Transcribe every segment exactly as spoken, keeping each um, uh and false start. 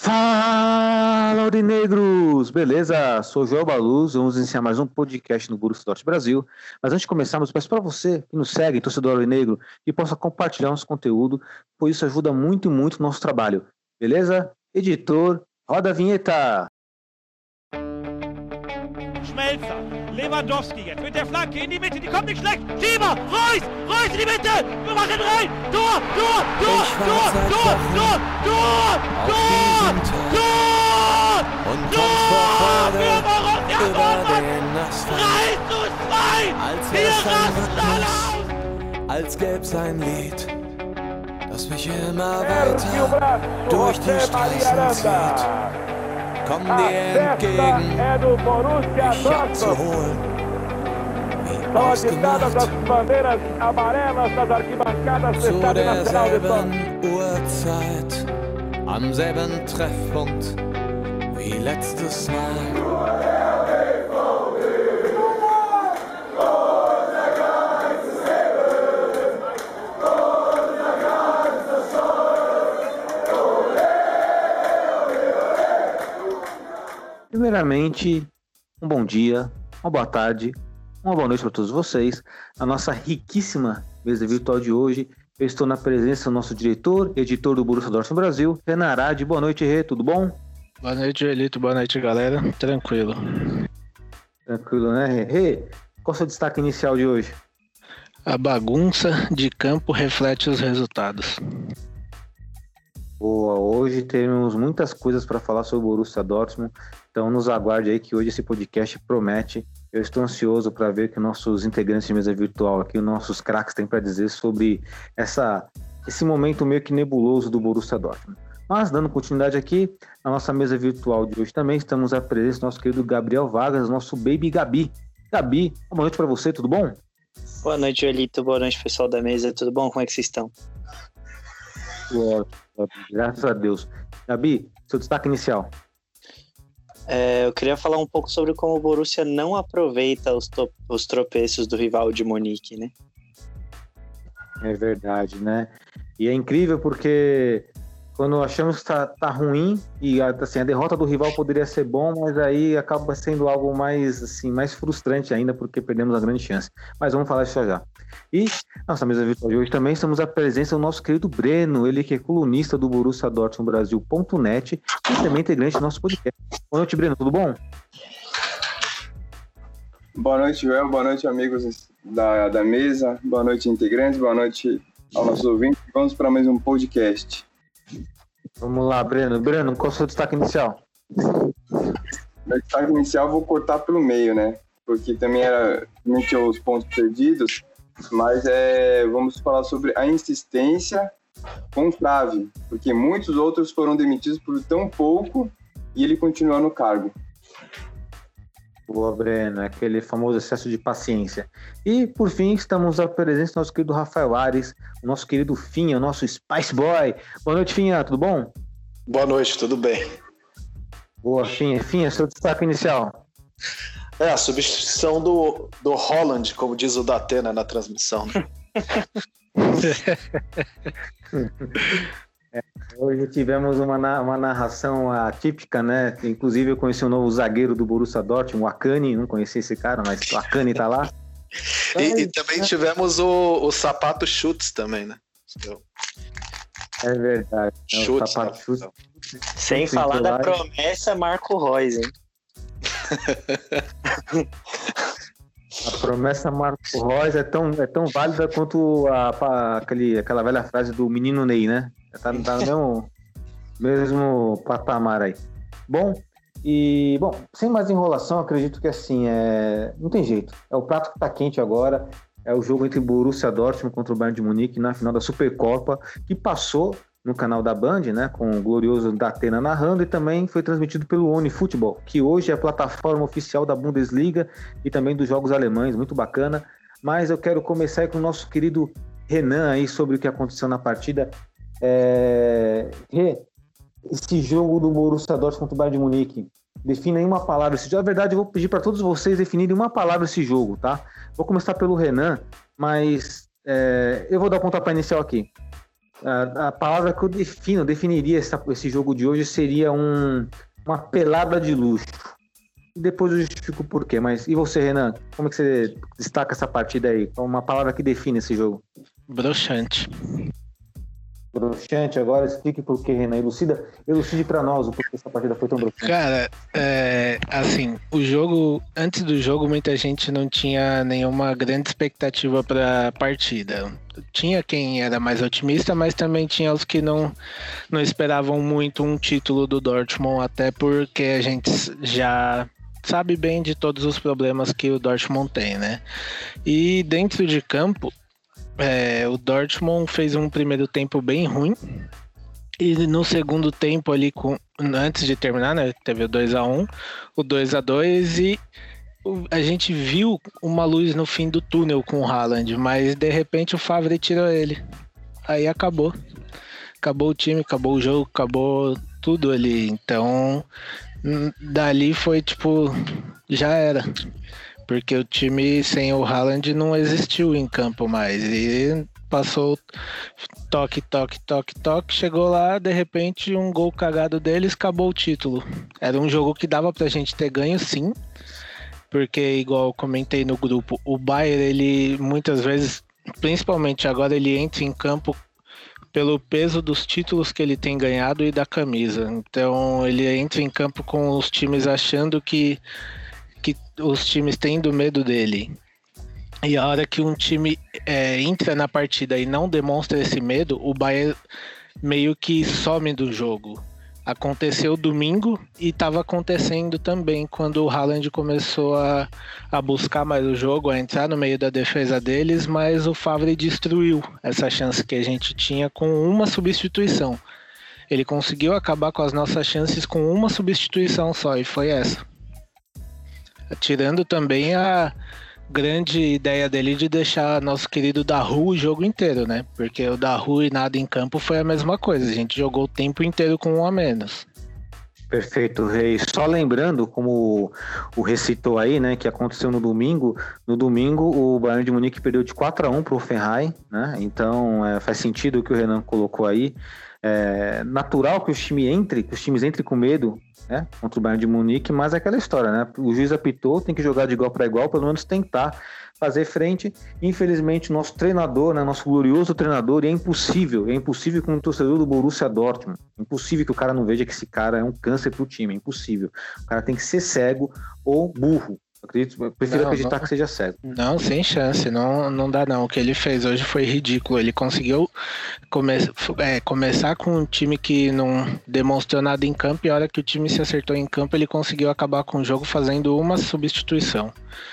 Fala, aurinegros! Beleza? Sou o Joel Baluz, vamos iniciar mais um podcast no Borussia Dortmund Brasil. Mas antes de começarmos, peço para você que nos segue, torcedor aurinegro, que possa compartilhar nosso conteúdo, pois isso ajuda muito, muito o nosso trabalho. Beleza? Editor, roda a vinheta! Schmelzer, Lewandowski jetzt mit der Flanke in die Mitte, die kommt nicht schlecht. Schieber, Reus, Reus in die Mitte, wir machen rein. Tor, Tor, Tor, Tor, Tor, Tor, Tor, Tor, Tor, und Tor, Tor für Borussia über Dortmund. den Asphalt. drei zu zwei, Als wir wär's ein rasten alle aus. Rhythmus, als gäb's ein Lied, das mich immer weiter durch die Straßen zieht. Komm dir entgegen, mich abzuholen, wie ausgemacht, zu derselben Uhrzeit, am selben Treffpunkt wie letztes Mal. Primeiramente, um bom dia, uma boa tarde, uma boa noite para todos vocês. A nossa riquíssima mesa virtual de hoje, eu estou na presença do nosso diretor, editor do Borussia Dortmund Brasil, Renan Aradi. Boa noite, Rê, tudo bom? Boa noite, Joelito. Boa noite, galera. Tranquilo. Tranquilo, né, Rê? Rê, qual é o seu destaque inicial de hoje? A bagunça de campo reflete os resultados. Boa, hoje temos muitas coisas para falar sobre o Borussia Dortmund, então nos aguarde aí que hoje esse podcast promete. Eu estou ansioso para ver o que nossos integrantes de mesa virtual aqui, os nossos craques têm para dizer sobre essa, esse momento meio que nebuloso do Borussia Dortmund. Mas, dando continuidade aqui, na nossa mesa virtual de hoje também estamos à presença do nosso querido Gabriel Vargas, nosso Baby Gabi. Gabi, boa noite para você, tudo bom? Boa noite, Joelito. Boa noite, pessoal da mesa. Tudo bom? Como é que vocês estão? Ótimo, graças a Deus. Gabi, seu destaque inicial. É, eu queria falar um pouco sobre como o Borussia não aproveita os, to- os tropeços do rival de Munique, né? É verdade, né? E é incrível porque quando achamos que tá, tá ruim e assim, a derrota do rival poderia ser bom, mas aí acaba sendo algo mais, assim, mais frustrante ainda porque perdemos a grande chance. Mas vamos falar isso já. E nossa mesa virtual de hoje também estamos à presença do nosso querido Breno, ele que é colunista do Borussia Dortmund Brasil ponto net e também integrante do nosso podcast. Boa noite, Breno, tudo bom? Boa noite, Joel. Boa noite, amigos da, da mesa. Boa noite, integrantes. Boa noite aos nossos ouvintes. Vamos para mais um podcast. Vamos lá, Breno. Breno, qual é o seu destaque inicial? Meu destaque inicial eu vou cortar pelo meio, né? Porque também era muito os pontos perdidos, mas é, vamos falar sobre a insistência com o Flávio, porque muitos outros foram demitidos por tão pouco e ele continua no cargo. Boa, Breno, é aquele famoso excesso de paciência. E, por fim, estamos à presença do nosso querido Rafael Ares, o nosso querido Finha, o nosso Spice Boy. Boa noite, Finha, tudo bom? Boa noite, tudo bem. Boa, Finha. Finha, seu destaque inicial. É, a substituição do, do Holland, como diz o Datena na transmissão, né? É, hoje tivemos uma, uma narração atípica, né? Inclusive eu conheci um novo zagueiro do Borussia Dortmund, o Akani, não conheci esse cara, mas o Akani tá lá. Então, e, e também tivemos o, o sapato chutes também, né? É verdade. Né? Chutes, o sapato chutes. Sem Sim, falar da lá. promessa Marco Reus, hein? A promessa Marco Reus é tão, é tão válida quanto a, a, aquele, aquela velha frase do menino Ney, né? Tá, tá no mesmo, mesmo patamar aí. Bom, e bom, sem mais enrolação, acredito que assim, é, não tem jeito. É o prato que tá quente agora. É o jogo entre Borussia Dortmund contra o Bayern de Munique na final da Supercopa, que passou no canal da Band, né, com o glorioso Datena narrando, e também foi transmitido pelo OneFootball, que hoje é a plataforma oficial da Bundesliga e também dos jogos alemães, muito bacana. Mas eu quero começar aí com o nosso querido Renan aí sobre o que aconteceu na partida. É... Rê, esse jogo do Borussia Dortmund contra o Bayern de Munique, defina em uma palavra esse jogo. Na verdade, eu vou pedir para todos vocês definirem uma palavra esse jogo, tá? Vou começar pelo Renan, mas é... eu vou dar o pontapé inicial aqui. A, a palavra que eu defino, definiria essa, esse jogo de hoje seria um, uma pelada de luxo. E depois eu justifico o porquê. Mas e você, Renan? Como é que você destaca essa partida aí? Uma palavra que define esse jogo. Broxante. Broxante, agora explique por que, Renan. Elucida, elucide pra nós o porquê essa partida foi tão broxante. Cara, é, assim, o jogo, antes do jogo, muita gente não tinha nenhuma grande expectativa pra partida. Tinha quem era mais otimista, mas também tinha os que não, não esperavam muito um título do Dortmund, até porque a gente já sabe bem de todos os problemas que o Dortmund tem, né? E dentro de campo, É, o Dortmund fez um primeiro tempo bem ruim e no segundo tempo ali, com, antes de terminar, né, teve o dois a um, o dois a dois e a gente viu uma luz no fim do túnel com o Haaland, mas de repente o Favre tirou ele, aí acabou acabou o time, acabou o jogo, acabou tudo ali, então dali foi tipo, já era. Porque o time sem o Haaland não existiu em campo mais. E passou toque, toque, toque, toque. Chegou lá, de repente, um gol cagado deles, acabou o título. Era um jogo que dava pra gente ter ganho, sim. Porque, igual eu comentei no grupo, o Bayern, ele muitas vezes, principalmente agora, ele entra em campo pelo peso dos títulos que ele tem ganhado e da camisa. Então, ele entra em campo com os times achando que que os times tendo medo dele. E a hora que um time é, entra na partida e não demonstra esse medo, o Bayern meio que some do jogo. Aconteceu domingo e estava acontecendo também quando o Haaland começou a, a buscar mais o jogo, a entrar no meio da defesa deles, mas o Favre destruiu essa chance que a gente tinha com uma substituição. Ele conseguiu acabar com as nossas chances com uma substituição só, e foi essa. Tirando também a grande ideia dele de deixar nosso querido Daru o jogo inteiro, né? Porque o Daru e nada em campo foi a mesma coisa. A gente jogou o tempo inteiro com um a menos. Perfeito, Rei. Só lembrando, como o Rei citou aí, né, que aconteceu no domingo. No domingo, o Bayern de Munique perdeu de quatro a um para o Hoffenheim, né? Então, é, faz sentido o que o Renan colocou aí. É natural que os times entrem, que os times entrem com medo, né, contra o Bayern de Munique, mas é aquela história, né? O juiz apitou, tem que jogar de igual para igual, pelo menos tentar fazer frente. Infelizmente, nosso treinador, né, nosso glorioso treinador, e é impossível, é impossível com um torcedor do Borussia Dortmund, é impossível que o cara não veja que esse cara é um câncer pro time, é impossível. O cara tem que ser cego ou burro. Acredito, eu prefiro não, acreditar não, que seja cego. Não, sem chance, não, não dá não. O que ele fez hoje foi ridículo. Ele conseguiu come, é, começar com um time que não demonstrou nada em campo, e a hora que o time se acertou em campo, ele conseguiu acabar com o jogo fazendo uma substituição.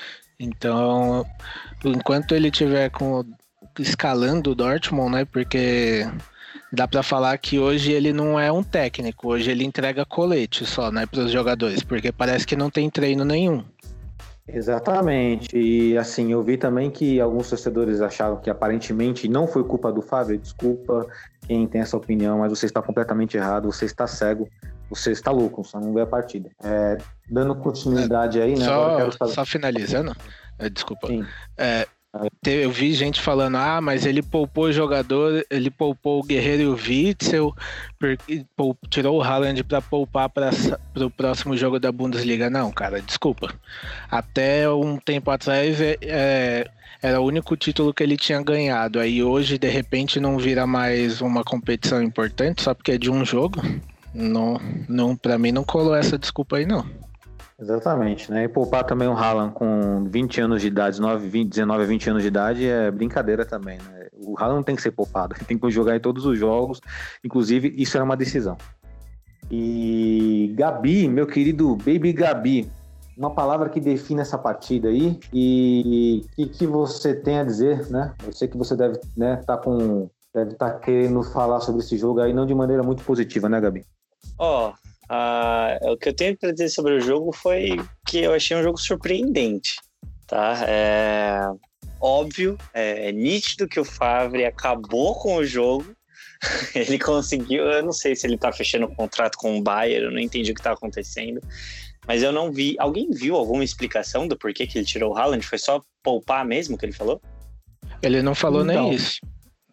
Então, enquanto ele tiver com, escalando o Dortmund, né, porque dá pra falar que hoje ele não é um técnico, hoje ele entrega colete só, né, pros jogadores, porque parece que não tem treino nenhum. Exatamente, e assim, eu vi também que alguns torcedores achavam que aparentemente não foi culpa do Favre. Desculpa quem tem essa opinião, mas você está completamente errado, você está cego, você está louco, só não vê a partida. É, dando continuidade aí, né? Só, Agora eu quero... só finalizando, desculpa, é, eu vi gente falando, ah, mas ele poupou o jogador, ele poupou o Guerreiro e o Witzel, tirou o Haaland para poupar para o próximo jogo da Bundesliga. Não, cara, desculpa. Até um tempo atrás é, era o único título que ele tinha ganhado. Aí hoje, de repente, não vira mais uma competição importante só porque é de um jogo. Não, não, para mim não colou essa desculpa aí, não. Exatamente, né? E poupar também o Haaland com vinte anos de idade, dezenove, vinte, dezenove a vinte anos de idade é brincadeira também, né? O Haaland não tem que ser poupado, ele tem que jogar em todos os jogos, inclusive isso era uma decisão. E Gabi, meu querido Baby Gabi, uma palavra que define essa partida aí e o que, que você tem a dizer, né? Eu sei que você deve, né, tá com, deve estar tá querendo falar sobre esse jogo aí, não de maneira muito positiva, né, Gabi? Ó... Oh. Uh, o que eu tenho para dizer sobre o jogo foi que eu achei um jogo surpreendente, tá? É óbvio, é, é nítido que o Favre acabou com o jogo. Ele conseguiu, eu não sei se ele tá fechando um contrato com o Bayern, eu não entendi o que tá acontecendo, mas eu não vi. Alguém viu alguma explicação do porquê que ele tirou o Haaland? Foi só poupar mesmo que ele falou? Ele não falou então, nem isso.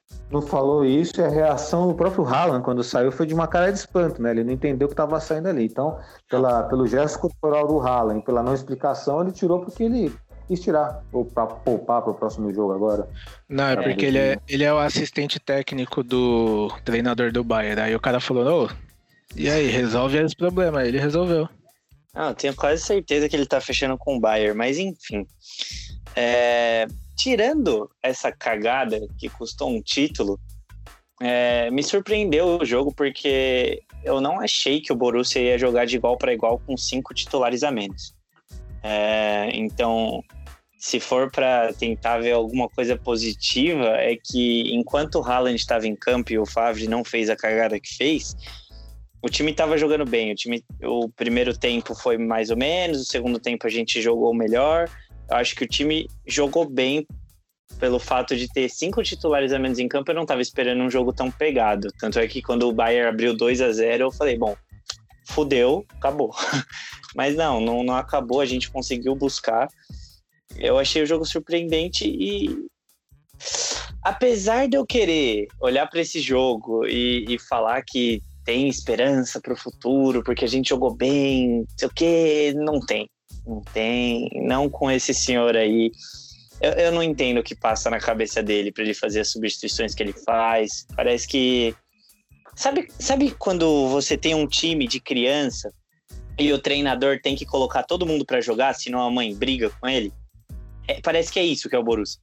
não falou isso, e a reação do próprio Haaland, quando saiu, foi de uma cara de espanto, né? Ele não entendeu o que estava saindo ali. Então, pela, pelo gesto corporal do Haaland, pela não explicação, ele tirou porque ele quis tirar, ou para poupar para o próximo jogo agora. Não, é porque ele é, ele é o assistente técnico do treinador do Bayern. Aí o cara falou, ô, e aí, resolve esse problema. Aí ele resolveu. Ah, eu tenho quase certeza que ele tá fechando com o Bayern, mas enfim. É... Tirando essa cagada que custou um título, é, me surpreendeu o jogo porque eu não achei que o Borussia ia jogar de igual para igual com cinco titulares a menos. É, então, se for para tentar ver alguma coisa positiva, é que enquanto o Haaland estava em campo e o Favre não fez a cagada que fez, o time estava jogando bem. O, time, o primeiro tempo foi mais ou menos, o segundo tempo a gente jogou melhor. Eu acho que o time jogou bem pelo fato de ter cinco titulares a menos em campo. Eu não estava esperando um jogo tão pegado. Tanto é que quando o Bayern abriu dois a zero, eu falei, bom, fudeu, acabou. Mas não, não, não acabou, a gente conseguiu buscar. Eu achei o jogo surpreendente e... apesar de eu querer olhar para esse jogo e, e falar que tem esperança para o futuro, porque a gente jogou bem, não sei o que, não tem. Não tem, não com esse senhor aí. Eu, eu não entendo o que passa na cabeça dele para ele fazer as substituições que ele faz. Parece que... Sabe, sabe quando você tem um time de criança e o treinador tem que colocar todo mundo para jogar, senão a mãe briga com ele? É, parece que é isso que é o Borussia.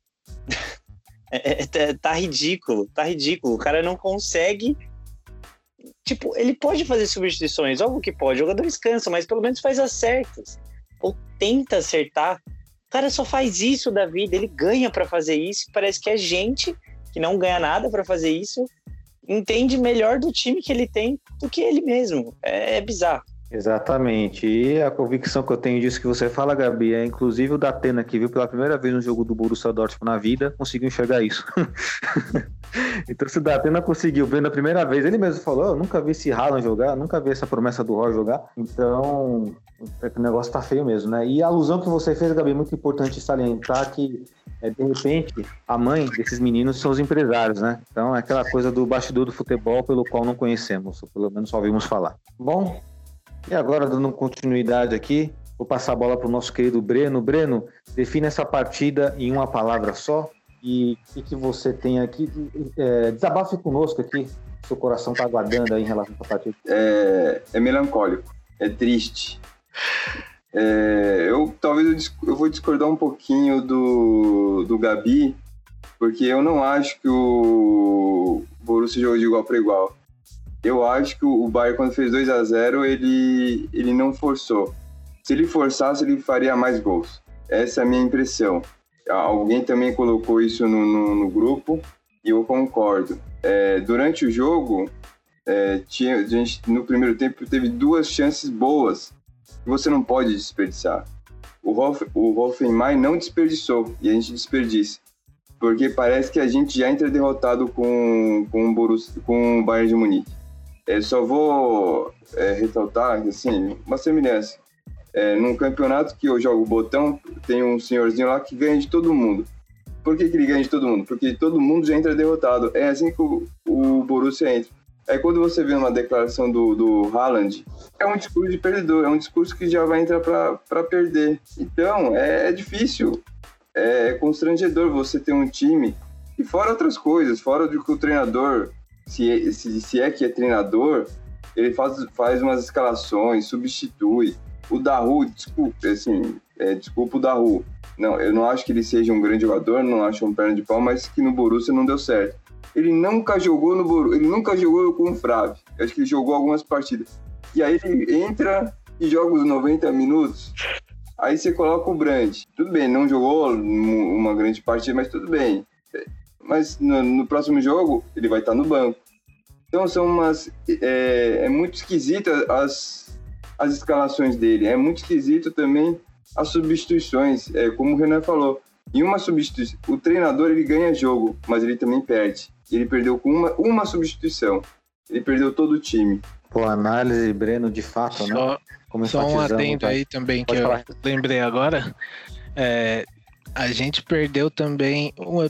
é, é, tá ridículo, tá ridículo. O cara não consegue... Tipo, ele pode fazer substituições, óbvio que pode. Jogadores cansam, mas pelo menos faz as certas. Ou tenta acertar. O cara só faz isso da vida, ele ganha pra fazer isso. Parece que a gente, que não ganha nada pra fazer isso, entende melhor do time que ele tem do que ele mesmo. É, é bizarro. Exatamente, e a convicção que eu tenho disso que você fala, Gabi, é inclusive o Datena, que viu pela primeira vez no jogo do Borussia Dortmund na vida, conseguiu enxergar isso. Então se o Datena conseguiu ver na primeira vez, ele mesmo falou, eu nunca vi esse Haaland jogar, nunca vi essa promessa do Roy jogar, então o negócio tá feio mesmo, né? E a alusão que você fez, Gabi, é muito importante salientar que, é, de repente, a mãe desses meninos são os empresários, né? Então é aquela coisa do bastidor do futebol pelo qual não conhecemos, ou pelo menos só ouvimos falar. Bom... E agora, dando continuidade aqui, vou passar a bola para o nosso querido Breno. Breno, define essa partida em uma palavra só e o que, que você tem aqui. É, desabafe conosco aqui, seu coração está aguardando aí em relação a essa partida. É, é melancólico, é triste. É, eu talvez eu, eu vou discordar um pouquinho do, do Gabi, porque eu não acho que o Borussia jogou de igual para igual. Eu acho que o Bayern, quando fez dois a zero, ele, ele não forçou. Se ele forçasse, ele faria mais gols. Essa é a minha impressão. Alguém também colocou isso no, no, no grupo e eu concordo. É, durante o jogo, é, tinha, a gente, no primeiro tempo, teve duas chances boas que você não pode desperdiçar. O, Hoff, o Hoffenheim não desperdiçou e a gente desperdiça. Porque parece que a gente já entra derrotado com, com, o, Borussia, com o Bayern de Munique. É, só vou é, ressaltar, assim, uma semelhança. É, num campeonato que eu jogo botão, tem um senhorzinho lá que ganha de todo mundo. Por que, que ele ganha de todo mundo? Porque todo mundo já entra derrotado. É assim que o, o Borussia entra. É quando você vê uma declaração do, do Haaland, é um discurso de perdedor, é um discurso que já vai entrar para perder. Então, é, é difícil, é constrangedor você ter um time, e fora outras coisas, fora do que o treinador... Se, se, se é que é treinador, ele faz, faz umas escalações, substitui. O Daru, desculpa, assim, é, desculpa o Daru. Não, eu não acho que ele seja um grande jogador, não acho um perna de pau, mas que no Borussia não deu certo. Ele nunca jogou no Borussia, ele nunca jogou com o Favre. Eu acho que ele jogou algumas partidas. E aí ele entra e joga os noventa minutos. Aí você coloca o Brandt. Tudo bem, não jogou uma grande partida, mas tudo bem. Mas no, no próximo jogo ele vai estar no banco. Então são umas... É, é muito esquisita as, as escalações dele. É muito esquisito também as substituições. É, como o Renan falou, em uma substituição, o treinador ele ganha jogo, mas ele também perde. Ele perdeu com uma, uma substituição. Ele perdeu todo o time. Pô, análise, Breno, de fato, só, né? Como só um adendo aí também que eu lembrei agora. É, a gente perdeu também... Uma,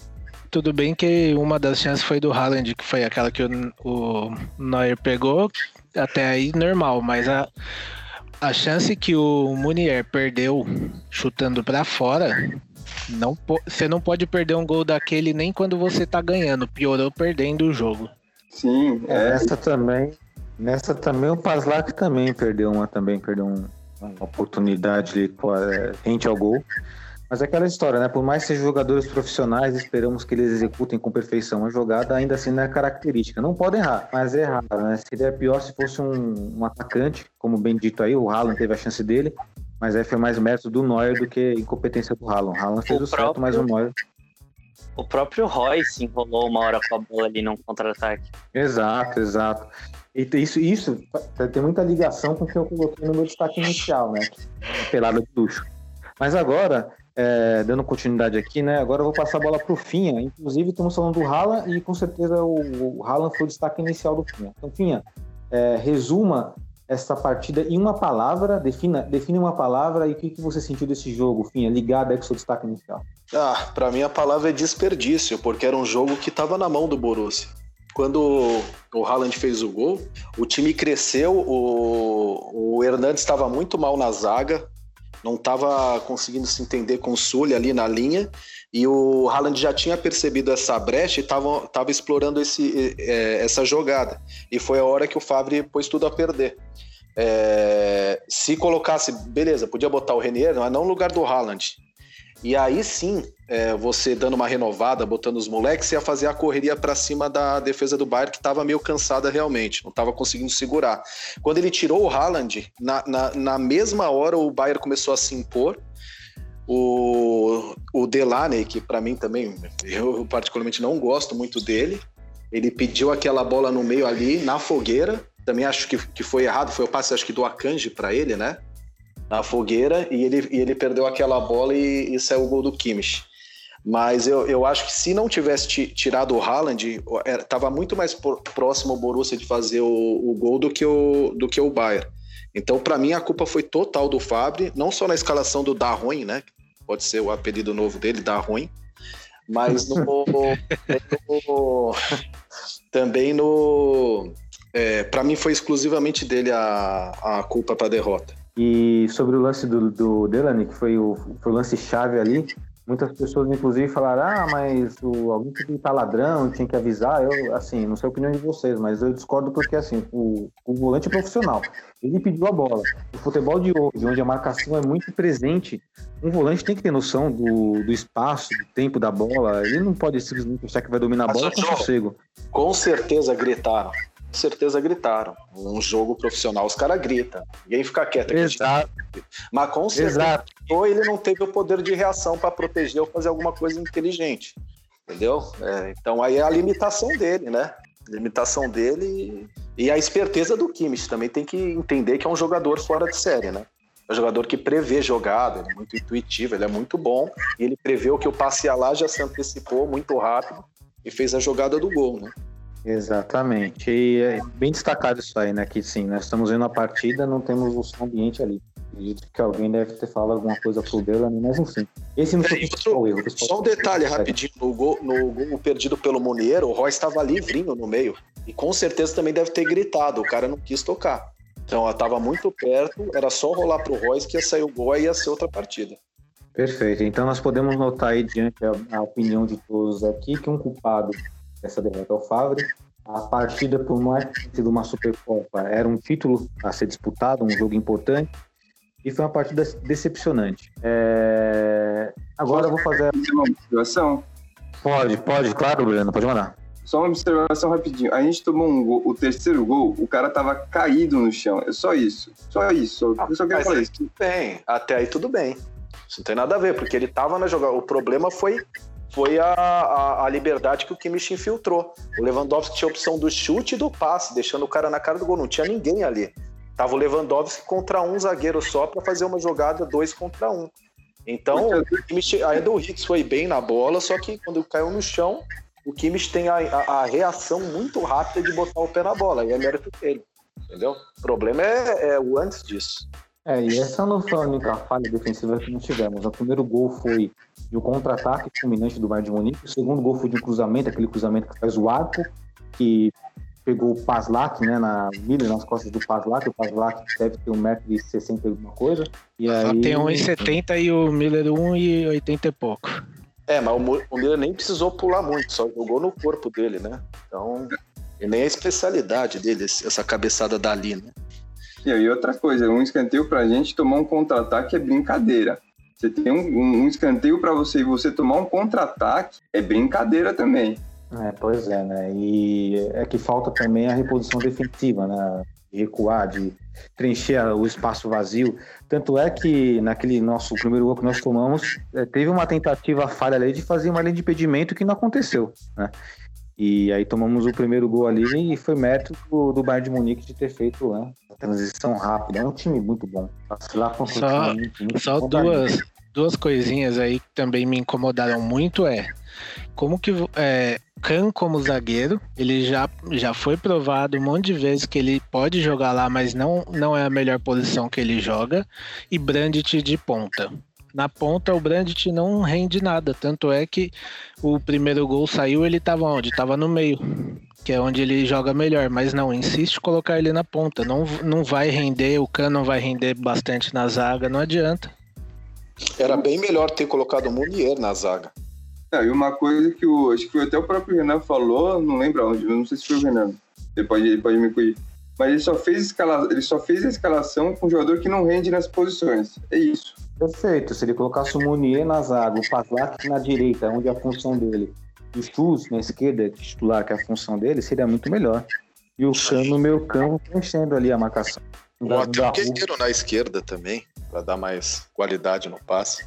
tudo bem que uma das chances foi do Haaland, que foi aquela que o, o Neuer pegou, até aí normal, mas a, a chance que o Munier perdeu chutando pra fora, não, você não pode perder um gol daquele nem quando você tá ganhando, piorou perdendo o jogo. Sim, é. Nessa também, nessa também o Paslak também perdeu uma, também perdeu um, uma oportunidade ali, rente ao gol. Mas é aquela história, né? Por mais que sejam jogadores profissionais, esperamos que eles executem com perfeição a jogada, ainda assim não é característica. Não podem errar, mas é errar, né? Seria pior se fosse um, um atacante, como bem dito aí, o Haaland teve a chance dele, mas aí foi mais mérito do Neuer do que incompetência do Haaland. O Haaland fez o, o próprio... certo, mas o Neuer... O próprio Roy se enrolou uma hora com a bola ali num contra-ataque. Exato, exato. E isso, isso tem muita ligação com o que eu coloquei no meu destaque inicial, né? Pelada de luxo. Mas agora, é, dando continuidade aqui, né? Agora eu vou passar a bola pro Finha. Inclusive, estamos falando do Haaland e com certeza o, o Haaland foi o destaque inicial do Finha. Então, Finha, é, resuma essa partida em uma palavra, defina, define uma palavra e o que, que você sentiu desse jogo, Finha, ligado aí com o seu destaque inicial. Ah, pra mim a palavra é desperdício, porque era um jogo que estava na mão do Borussia. Quando o Haaland fez o gol, o time cresceu, o, o Hernandes estava muito mal na zaga, não estava conseguindo se entender com o Sully ali na linha, e o Haaland já tinha percebido essa brecha e estava explorando esse, é, essa jogada. E foi a hora que o Favre pôs tudo a perder. É, se colocasse, beleza, podia botar o Renier, mas não no lugar do Haaland. E aí sim, é, você dando uma renovada, botando os moleques, ia fazer a correria para cima da defesa do Bayern, que estava meio cansada realmente, não estava conseguindo segurar. Quando ele tirou o Haaland, na, na, na mesma hora o Bayern começou a se impor. O, o Delaney, que para mim também, eu particularmente não gosto muito dele, ele pediu aquela bola no meio ali, na fogueira, também acho que, que foi errado, foi o passe acho que do Akanji para ele, né? Na fogueira, e ele, e ele perdeu aquela bola e, e saiu o gol do Kimmich. Mas eu, eu acho que se não tivesse tirado o Haaland, estava muito mais próximo o Borussia de fazer o, o gol do que o, do que o Bayern. Então, para mim, a culpa foi total do Favre, não só na escalação do Darruin, né? Pode ser o apelido novo dele, Darruin, mas no, no, também no... É, para mim foi exclusivamente dele a, a culpa para a derrota. E sobre o lance do, do Delaney, que foi o, foi o lance-chave ali, muitas pessoas, inclusive, falaram, ah, mas o, alguém tinha que estar ladrão, tinha que avisar. Eu, assim, não sei a opinião de vocês, mas eu discordo porque, assim, o, o volante é profissional. Ele pediu a bola. O futebol de hoje, onde a marcação é muito presente, um volante tem que ter noção do, do espaço, do tempo da bola. Ele não pode simplesmente achar que vai dominar a bola com sossego. Com certeza gritaram. Com certeza gritaram. Um jogo profissional, os caras gritam. Ninguém fica quieto. Exato. Mas com certeza, Exato. Ou ele não teve o poder de reação para proteger ou fazer alguma coisa inteligente. Entendeu? É, então aí é a limitação dele, né? A limitação dele e, e a esperteza do Kimmich. Também tem que entender que é um jogador fora de série, né? É um jogador que prevê jogada, ele é muito intuitivo, ele é muito bom. E ele preveu que o passe ia lá, já se antecipou muito rápido e fez a jogada do gol, né? Exatamente, e é bem destacado isso aí, né, que sim, nós estamos vendo a partida, não temos o som ambiente ali, acredito que alguém deve ter falado alguma coisa pro Delaney, mas enfim, esse não foi o principal erro. Só um detalhe rapidinho, no gol, no gol perdido pelo Munier, o Roy estava livrinho no meio, e com certeza também deve ter gritado, o cara não quis tocar, então ela estava muito perto, era só rolar pro Roy que ia sair o gol e ia ser outra partida. Perfeito, então nós podemos notar aí, diante da opinião de todos aqui, que um culpado essa derrota ao Favre. A partida, por mais que tenha sido uma Supercopa, era um título a ser disputado, um jogo importante, e foi uma partida decepcionante. É... Agora eu vou fazer... Uma observação? Pode, pode, claro, Breno, pode mandar. Só uma observação rapidinho. A gente tomou um gol, o terceiro gol, o cara tava caído no chão. É só isso. Só isso. Ah, eu só quero falar isso. Tudo bem. Até aí tudo bem. Isso não tem nada a ver, porque ele tava na jogada. O problema foi... foi a, a, a liberdade que o Kimmich infiltrou. O Lewandowski tinha a opção do chute e do passe, deixando o cara na cara do gol. Não tinha ninguém ali. Tava o Lewandowski contra um zagueiro só para fazer uma jogada dois contra um. Então, o Kimmich, ainda o Hicks foi bem na bola, só que quando caiu no chão, o Kimmich tem a, a, a reação muito rápida de botar o pé na bola. E é mérito dele. Entendeu? O problema é, é o antes disso. É, e essa não foi a única falha defensiva que não tivemos. O primeiro gol foi de um contra-ataque fulminante do Bayern de Munique. O segundo gol foi de um cruzamento, aquele cruzamento que faz o arco, que pegou o Paslak, né, na Miller, nas costas do Paslak. O Paslak deve ter um metro e sessenta e alguma coisa. E Só aí... tem um e setenta e o Miller um e oitenta e pouco. É, mas o Miller nem precisou pular muito, só jogou no corpo dele, né? Então, e nem a especialidade dele, essa cabeçada dali, né? E outra coisa, um escanteio pra gente tomar um contra-ataque é brincadeira. Você tem um, um, um escanteio pra você e você tomar um contra-ataque é brincadeira também. É, pois é, né? E é que falta também a reposição defensiva, né? De recuar, de preencher o espaço vazio. Tanto é que naquele nosso primeiro gol que nós tomamos, teve uma tentativa falha ali de fazer uma linha de impedimento que não aconteceu, né? E aí tomamos o primeiro gol ali e foi mérito do, do Bayern de Munique de ter feito, né, a transição rápida. É um time muito bom. Lá com só time muito só bom, duas, duas coisinhas aí que também me incomodaram muito é como que é, Kahn como zagueiro, ele já, já foi provado um monte de vezes que ele pode jogar lá, mas não, não é a melhor posição que ele joga, e Brandt de ponta. Na ponta, o Brandt não rende nada. Tanto é que o primeiro gol saiu, ele tava onde? Tava no meio, que é onde ele joga melhor. Mas não, insiste em colocar ele na ponta. Não, não vai render, o Kahn não vai render bastante na zaga, não adianta. Era bem melhor ter colocado o Munier na zaga. É, e uma coisa que o, acho que foi até o próprio Renan falou, não lembro onde, eu não sei se foi o Renan, ele pode, ele pode me corrigir. Mas ele só, fez escala, ele só fez a escalação com um jogador que não rende nas posições. É isso. Perfeito. Se ele colocasse o Munier na zaga, o Paslak na direita, onde é a função dele, e o Schultz na esquerda, titular, que é a função dele, seria muito melhor. E o Kahn no meio campo, preenchendo ali a marcação. Um ataqueiro na esquerda também, para dar mais qualidade no passe.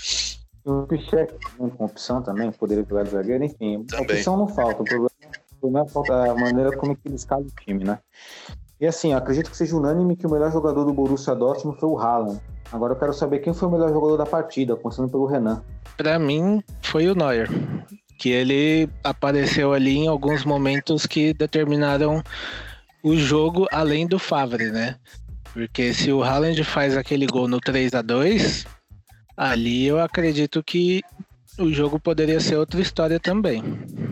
O Pichek com opção também, poderia jogar de zagueiro, enfim. A opção não falta. O problema, o problema é a maneira como ele escala o time, né? E assim, eu acredito que seja unânime que o melhor jogador do Borussia Dortmund foi o Haaland. Agora eu quero saber quem foi o melhor jogador da partida, começando pelo Renan. Pra mim, foi o Neuer, que ele apareceu ali em alguns momentos que determinaram o jogo além do Favre, né? Porque se o Haaland faz aquele gol no três a dois, ali eu acredito que o jogo poderia ser outra história também.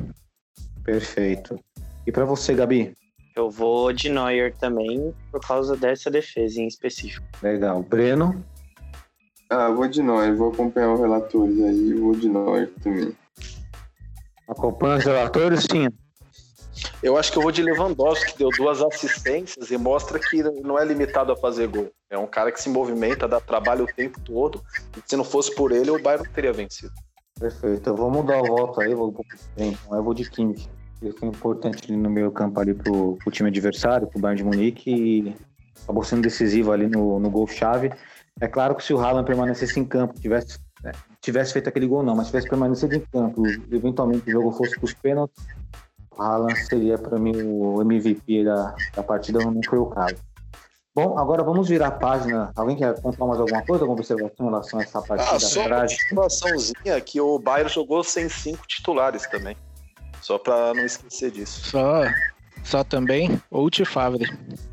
Perfeito. E pra você, Gabi? Eu vou de Neuer também, por causa dessa defesa em específico. Legal. Breno? Ah, vou de Neuer, vou acompanhar os relatores aí, vou de Neuer também. Acompanha os relatores, sim. Eu acho que eu vou de Lewandowski, que deu duas assistências e mostra que não é limitado a fazer gol. É um cara que se movimenta, dá trabalho o tempo todo. E se não fosse por ele, o Bayern não teria vencido. Perfeito. Eu vou mudar o voto aí, vou um pouco diferente. Eu vou de Kimmich. Ele foi importante ali no meio campo ali pro, pro time adversário, pro Bayern de Munique, e acabou sendo decisivo ali no, no gol-chave. É claro que se o Haaland permanecesse em campo, tivesse, né, tivesse feito aquele gol não, mas tivesse permanecido em campo, eventualmente o jogo fosse pros pênaltis, o Haaland seria para mim o M V P da, da partida, não foi o caso. Bom, agora vamos virar a página. Alguém quer contar mais alguma coisa, alguma observação em relação a essa partida? Ah, só uma observaçãozinha que o Bayern jogou sem cinco titulares também. Só para não esquecer disso. Só, só também Out Favre.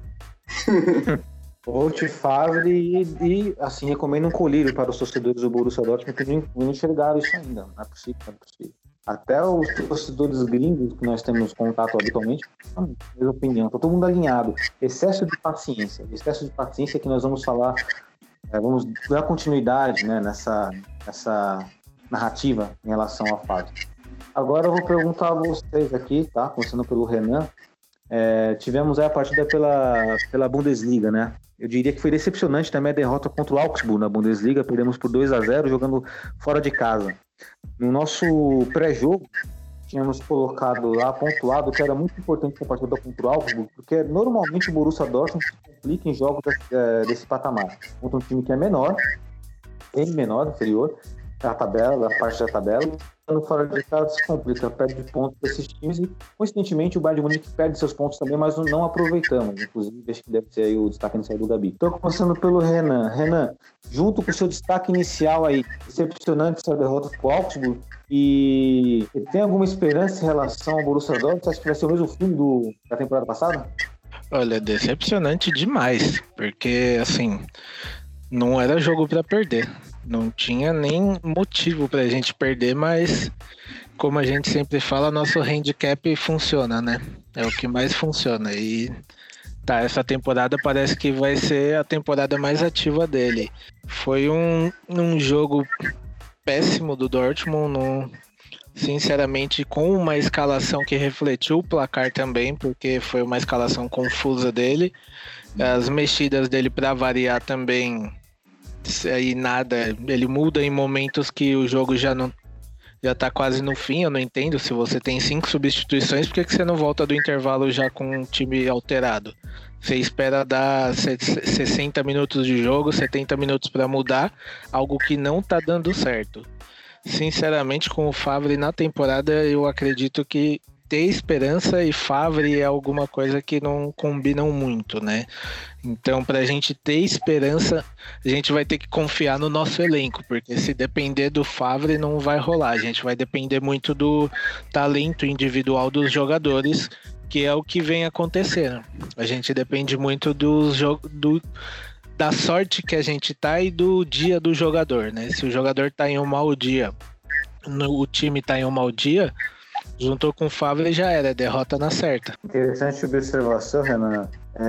Out Favre e, e, assim, recomendo um colírio para os torcedores do Borussia Dortmund que não enxergaram isso ainda. Não é possível, não é possível. Até os torcedores gringos que nós temos contato habitualmente, a mesma opinião, está todo mundo alinhado. Excesso de paciência, excesso de paciência que nós vamos falar, é, vamos dar continuidade, né, nessa, nessa narrativa em relação à fase. Agora eu vou perguntar a vocês aqui, tá? Começando pelo Renan. É, tivemos aí a partida pela, pela Bundesliga, né? Eu diria que foi decepcionante também a derrota contra o Augsburg na Bundesliga. Perdemos por dois a zero jogando fora de casa. No nosso pré-jogo, tínhamos colocado lá, pontuado, que era muito importante a partida contra o Augsburg, porque normalmente o Borussia Dortmund se complica em jogos desse, desse patamar. Contra um time que é menor, bem menor, inferior, da tabela, da parte da tabela. Fora de casa se complica, perde pontos para esses times e, coincidentemente, o Bayern de Munique perde seus pontos também, mas não aproveitamos. Inclusive, acho que deve ser aí o destaque inicial do Gabi. Estou começando pelo Renan. Renan, junto com o seu destaque inicial aí, decepcionante essa derrota com o Augsburg, e tem alguma esperança em relação ao Borussia Dortmund? Você acha que vai ser o mesmo fim do, da temporada passada? Olha, decepcionante demais, porque, assim, não era jogo para perder. Não tinha nem motivo pra gente perder, mas como a gente sempre fala, nosso handicap funciona, né? É o que mais funciona. E tá, essa temporada parece que vai ser a temporada mais ativa dele. Foi um, um jogo péssimo do Dortmund, no, sinceramente, com uma escalação que refletiu o placar também, porque foi uma escalação confusa dele. As mexidas dele para variar também, aí nada, ele muda em momentos que o jogo já não já tá quase no fim. Eu não entendo, se você tem cinco substituições, por que, que você não volta do intervalo já com um time alterado? Você espera dar sessenta minutos de jogo, setenta minutos para mudar, algo que não tá dando certo. Sinceramente, com o Favre na temporada, eu acredito que ter esperança e Favre é alguma coisa que não combinam muito, né? Então, pra gente ter esperança, a gente vai ter que confiar no nosso elenco, porque se depender do Favre, não vai rolar. A gente vai depender muito do talento individual dos jogadores, que é o que vem acontecendo. A gente depende muito dos jogos, do, da sorte que a gente tá e do dia do jogador, né? Se o jogador tá em um mau dia, no, o time tá em um mau dia, juntou com o Favre já era, derrota na certa. Interessante observação, Renan.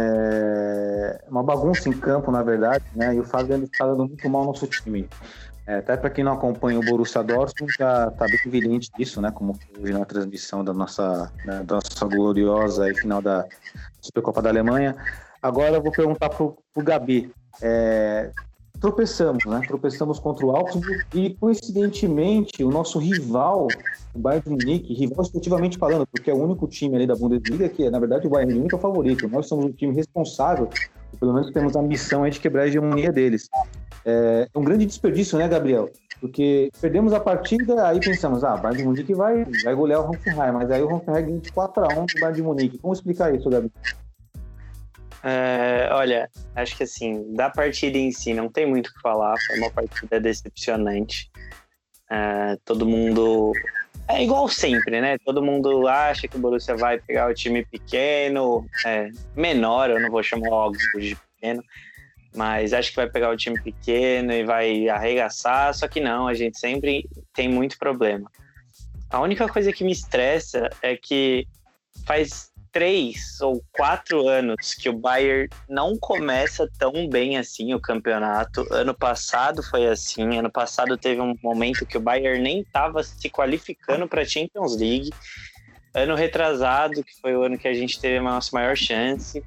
É uma bagunça em campo, na verdade, né? E o Favre está dando muito mal ao nosso time. É, até para quem não acompanha o Borussia Dortmund, já está bem evidente disso, né? Como hoje na transmissão da nossa, né, da nossa gloriosa e final da Supercopa da Alemanha. Agora eu vou perguntar para o Gabi. É, tropeçamos, né? Tropeçamos contra o Augsburg e, coincidentemente, o nosso rival, o Bayern de Munique, rival esportivamente falando, porque é o único time ali da Bundesliga que, na verdade, o Bayern de Munique é o favorito. Nós somos o time responsável, pelo menos temos a missão aí de quebrar a hegemonia deles. É um grande desperdício, né, Gabriel? Porque perdemos a partida, aí pensamos, ah, o Bayern de Munique vai, vai golear o Hoffenheim, mas aí o Hoffenheim vinte e quatro a um do Bayern de Munique. Como explicar isso, Gabriel? É, olha, acho que assim, da partida em si não tem muito o que falar, foi uma partida decepcionante. É, todo mundo, é igual sempre, né? Todo mundo acha que o Borussia vai pegar o time pequeno, é, menor, eu não vou chamar o Augsburg de pequeno, mas acho que vai pegar o time pequeno e vai arregaçar, só que não, a gente sempre tem muito problema. A única coisa que me estressa é que faz três ou quatro anos que o Bayern não começa tão bem assim o campeonato. Ano passado foi assim, ano passado teve um momento que o Bayern nem estava se qualificando para a Champions League. Ano retrasado, que foi o ano que a gente teve a nossa maior chance,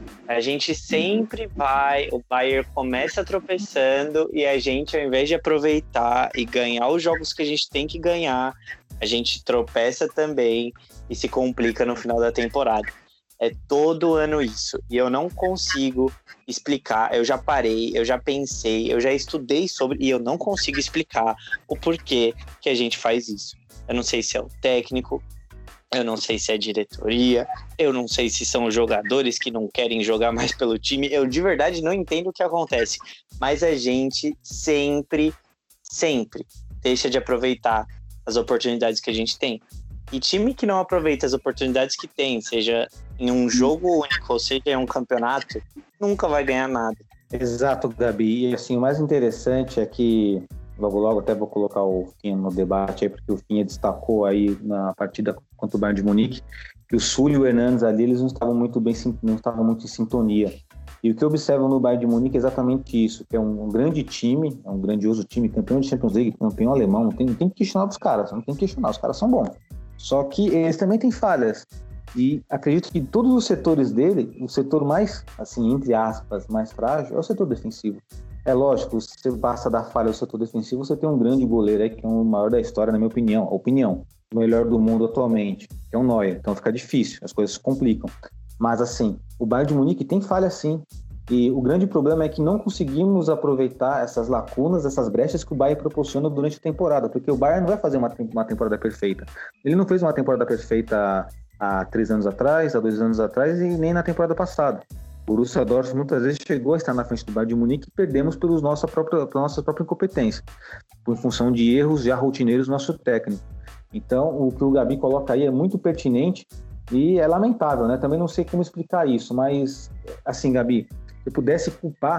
a gente sempre vai, o Bayern começa tropeçando e a gente, ao invés de aproveitar e ganhar os jogos que a gente tem que ganhar, a gente tropeça também e se complica no final da temporada. É todo ano isso. E eu não consigo explicar. Eu já parei, eu já pensei, eu já estudei sobre e eu não consigo explicar o porquê que a gente faz isso. Eu não sei se é o técnico, eu não sei se é a diretoria, eu não sei se são os jogadores que não querem jogar mais pelo time. Eu de verdade não entendo o que acontece. Mas a gente sempre, sempre deixa de aproveitar as oportunidades que a gente tem. E time que não aproveita as oportunidades que tem, seja em um jogo único, ou seja em um campeonato, nunca vai ganhar nada. Exato, Gabi. E assim, o mais interessante é que, logo logo até vou colocar o Finha no debate aí, porque o Finha destacou aí na partida contra o Bayern de Munique, que o Sul e o Hernandes ali, eles não estavam muito bem, não estavam muito em sintonia. E o que eu observo no Bayern de Munique é exatamente isso, que é um grande time, é um grandioso time, campeão de Champions League, campeão alemão, não tem, não tem que questionar dos caras, não tem que questionar, os caras são bons. Só que eles também têm falhas. E acredito que todos os setores dele, o setor mais, assim, entre aspas, mais frágil é o setor defensivo. É lógico, se você passa da falha ao setor defensivo, você tem um grande goleiro aí, que é o maior da história, na minha opinião. A opinião, o melhor do mundo atualmente, que é o Neuer. Então fica difícil, as coisas se complicam. Mas assim, o Bayern de Munique tem falha sim. E o grande problema é que não conseguimos aproveitar essas lacunas, essas brechas que o Bayern proporciona durante a temporada, porque o Bayern não vai fazer uma, uma temporada perfeita. Ele não fez uma temporada perfeita há três anos atrás, há dois anos atrás e nem na temporada passada. O Borussia Dortmund muitas vezes chegou a estar na frente do Bayern de Munique e perdemos pelos nossa própria, pela nossa própria incompetência, por função de erros já rotineiros do nosso técnico. Então, o que o Gabi coloca aí é muito pertinente e é lamentável, né? Também não sei como explicar isso, mas, assim, Gabi, se eu pudesse culpar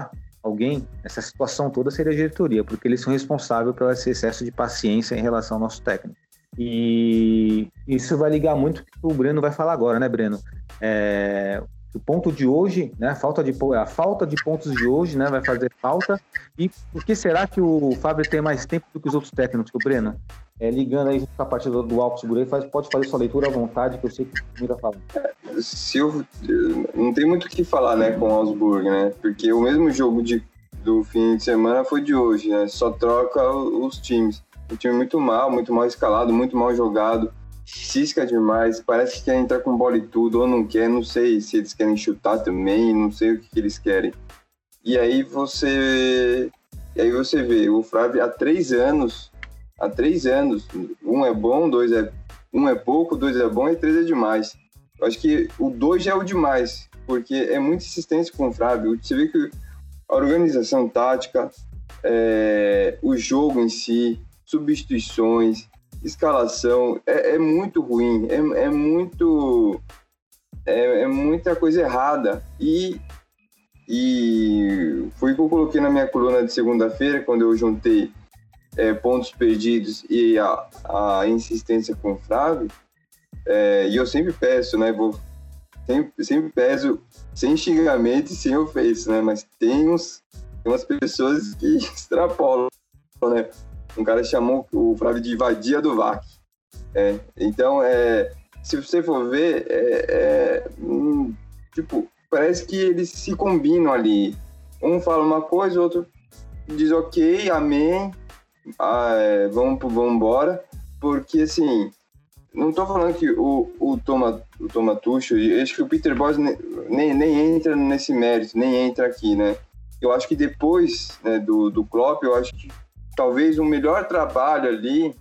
alguém, essa situação toda seria a diretoria, porque eles são responsáveis pelo esse excesso de paciência em relação ao nosso técnico. E isso vai ligar muito com o que o Breno vai falar agora, né, Breno? É, o ponto de hoje, né, a falta de, a falta de pontos de hoje, né, vai fazer falta. E por que será que o Fábio tem mais tempo do que os outros técnicos, o Breno? É, ligando aí com a partida do Augsburg, aí faz, pode fazer sua leitura à vontade, que eu sei que o Mira fala. Se eu, não tem muito o que falar, né, com o Augsburg, né? Porque o mesmo jogo de, do fim de semana foi de hoje, né? Só troca os times. Um time muito mal, muito mal escalado, muito mal jogado. Cisca demais, parece que quer entrar com bola e tudo, ou não quer, não sei se eles querem chutar também, não sei o que, que eles querem. E aí você. E aí você vê, o Flávio há três anos. Há três anos, um é bom, dois é, um é pouco, dois é bom e três é demais. Eu acho que o dois já é o demais, porque é muita insistência com o Flávio. Você vê que a organização tática, é, o jogo em si, substituições, escalação, é, é muito ruim, é, é muito... É, é muita coisa errada. E, e foi o que eu coloquei na minha coluna de segunda-feira, quando eu juntei É, pontos perdidos e a, a insistência com o Flávio, é, e eu sempre peço, né, vou, sempre, sempre peço sem xingamento e sem ofensa, né, mas tem, uns, tem umas pessoas que extrapolam, né, um cara chamou o Flávio de vadia do V A C, é, então, é, se você for ver, é, é, hum, tipo, parece que eles se combinam ali, um fala uma coisa, o outro diz ok, amém, Ah, é, vamos, vamos embora, porque assim, não tô falando que o, o Toma, o Toma Tuchel, acho que o Peter Bosz nem, nem, nem entra nesse mérito, nem entra aqui, né? Eu acho que depois, né, do, do Klopp, eu acho que talvez o melhor trabalho ali,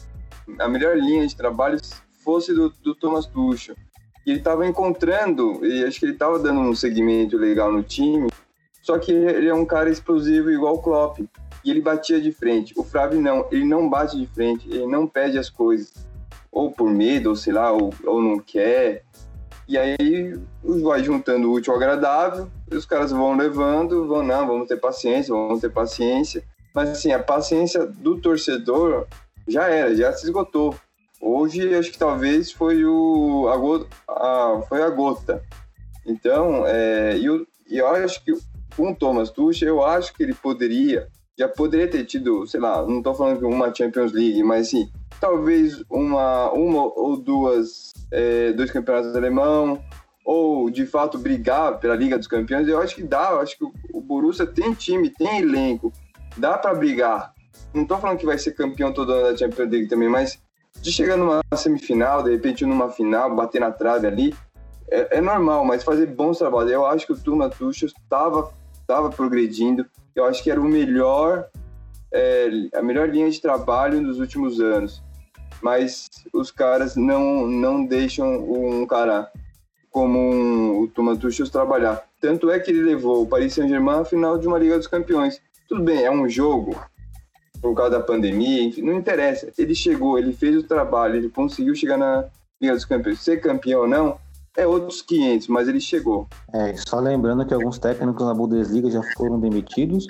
a melhor linha de trabalho fosse do, do Thomas Tuchel. E ele tava encontrando, e acho que ele tava dando um segmento legal no time, só que ele é um cara explosivo igual o Klopp. E ele batia de frente. O Flávio não, ele não bate de frente, ele não pede as coisas, ou por medo, ou sei lá, ou, ou não quer. E aí vai juntando o útil ao agradável, e os caras vão levando, vão, não, vamos ter paciência, vamos ter paciência. Mas assim, a paciência do torcedor já era, já se esgotou. Hoje, acho que talvez foi, o, a, gota, a, foi a gota. Então, é, eu, eu acho que com o Thomas Tuchel, eu acho que ele poderia... já poderia ter tido, sei lá, não estou falando que uma Champions League, mas sim, talvez uma, uma ou duas, é, dois campeonatos alemão, ou de fato brigar pela Liga dos Campeões. Eu acho que dá, eu acho que o Borussia tem time, tem elenco, dá para brigar. Não estou falando que vai ser campeão todo ano da Champions League também, mas de chegar numa semifinal, de repente numa final, bater na trave ali, é, é normal, mas fazer bons trabalhos. Eu acho que o Thomas Tuchel estava estava progredindo. Eu acho que era o melhor, é, a melhor linha de trabalho nos últimos anos. Mas os caras não, não deixam um cara como um, o Thomas Tuchel trabalhar. Tanto é que ele levou o Paris Saint-Germain à final de uma Liga dos Campeões. Tudo bem, é um jogo, por causa da pandemia, enfim, não interessa. Ele chegou, ele fez o trabalho, ele conseguiu chegar na Liga dos Campeões. Ser campeão ou não, é outros quinhentos, mas ele chegou. É, só lembrando que alguns técnicos na Bundesliga já foram demitidos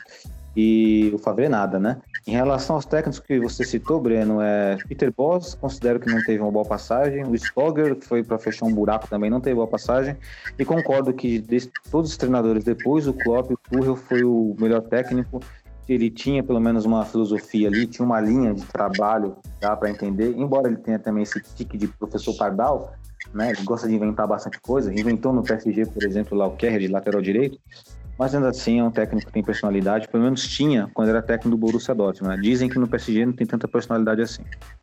e o Favre nada, né? Em relação aos técnicos que você citou, Breno, é Peter Bosz, considero que não teve uma boa passagem. O Stoger, que foi para fechar um buraco, também não teve boa passagem. E concordo que de todos os treinadores depois, o Klopp, o Tuchel foi o melhor técnico. Ele tinha pelo menos uma filosofia ali, tinha uma linha de trabalho, dá para entender. Embora ele tenha também esse tique de professor Pardal, né? Ele gosta de inventar bastante coisa. Inventou no P S G, por exemplo, lá o Kerr, de lateral direito. Mas ainda assim é um técnico que tem personalidade. Pelo menos tinha quando era técnico do Borussia Dortmund, né? Dizem que no P S G não tem tanta personalidade assim.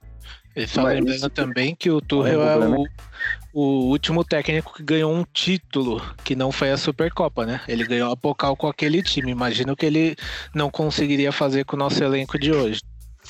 E só mas lembrando isso... também que o Tuchel é o, o último técnico que ganhou um título, que não foi a Supercopa, né? Ele ganhou a Pokal com aquele time. Imagino que ele não conseguiria fazer com o nosso elenco de hoje.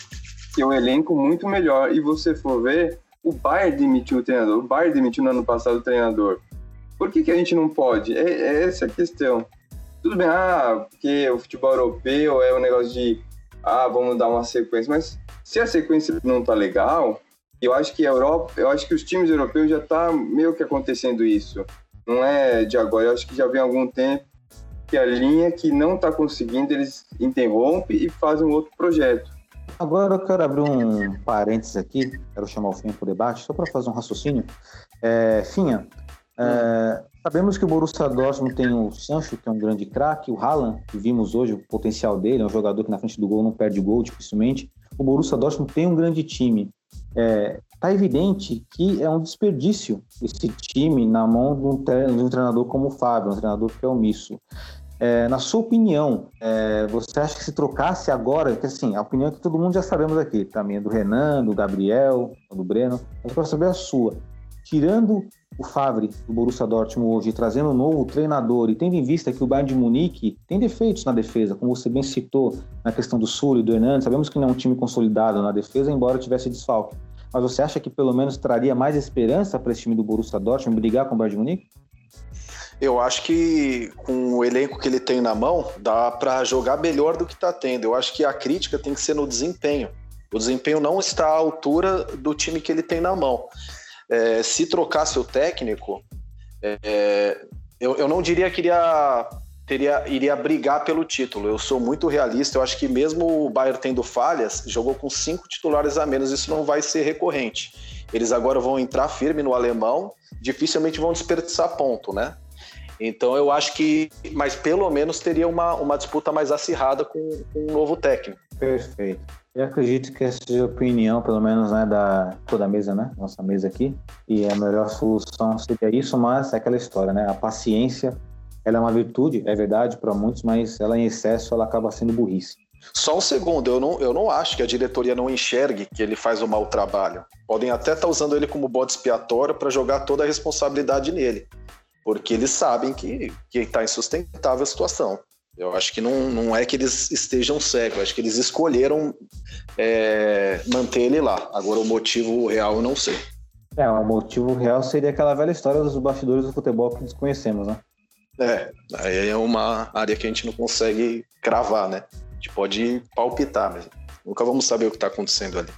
É um elenco muito melhor. E você for ver, o Bayern demitiu o treinador. O Bayern demitiu no ano passado o treinador. Por que, que a gente não pode? É, é essa a questão. Tudo bem, ah, porque o futebol europeu é um negócio de, ah, vamos dar uma sequência. Mas se a sequência não tá legal, eu acho que a Europa, eu acho que os times europeus já tá meio que acontecendo isso. Não é de agora, eu acho que já vem há algum tempo. que a linha que não está conseguindo, eles interrompem e fazem um outro projeto. Agora eu quero abrir um parênteses aqui, quero chamar o Finha para o debate, só para fazer um raciocínio. É, Finha, é, sabemos que o Borussia Dortmund tem o Sancho, que é um grande craque, o Haaland, que vimos hoje, o potencial dele, é um jogador que na frente do gol não perde gol dificilmente. O Borussia Dortmund tem um grande time. É, tá evidente que é um desperdício esse time na mão de um, tre- de um treinador como o Fábio, um treinador que é omisso. É, na sua opinião, é, você acha que se trocasse agora, que assim, a opinião é que todo mundo já sabemos aqui, também é do Renan, do Gabriel, do Breno, mas eu quero saber a sua. Tirando o Favre do Borussia Dortmund hoje, trazendo um novo treinador e tendo em vista que o Bayern de Munique tem defeitos na defesa, como você bem citou na questão do Sul e do Hernandes, sabemos que não é um time consolidado na defesa, embora tivesse desfalque. Mas você acha que pelo menos traria mais esperança para esse time do Borussia Dortmund brigar com o Bayern de Munique? Eu acho que com o elenco que ele tem na mão, dá para jogar melhor do que está tendo. Eu acho que a crítica tem que ser no desempenho. O desempenho não está à altura do time que ele tem na mão. É, se trocasse o técnico, é, eu, eu não diria que iria, teria, iria brigar pelo título. Eu sou muito realista. Eu acho que mesmo o Bayern tendo falhas, jogou com cinco titulares a menos. Isso não vai ser recorrente. Eles agora vão entrar firme no alemão, dificilmente vão desperdiçar ponto, né? Então eu acho que, mas pelo menos teria uma, uma disputa mais acirrada com, com um novo técnico. Perfeito. Eu acredito que essa é a opinião, pelo menos, né, da toda a mesa, né, nossa mesa aqui, e a melhor solução seria isso, mas é aquela história, né, a paciência, ela é uma virtude, é verdade para muitos, mas ela em excesso, ela acaba sendo burrice. Só um segundo, eu não, eu não acho que a diretoria não enxergue que ele faz um mau trabalho. Podem até estar usando ele como bode expiatório para jogar toda a responsabilidade nele. Porque eles sabem que está insustentável a situação. Eu acho que não, não é que eles estejam cegos, eu acho que eles escolheram é, manter ele lá. Agora o motivo real eu não sei. É, o motivo real seria aquela velha história dos bastidores do futebol que desconhecemos, né? É, aí é uma área que a gente não consegue cravar, né? A gente pode palpitar, mas nunca vamos saber o que está acontecendo ali.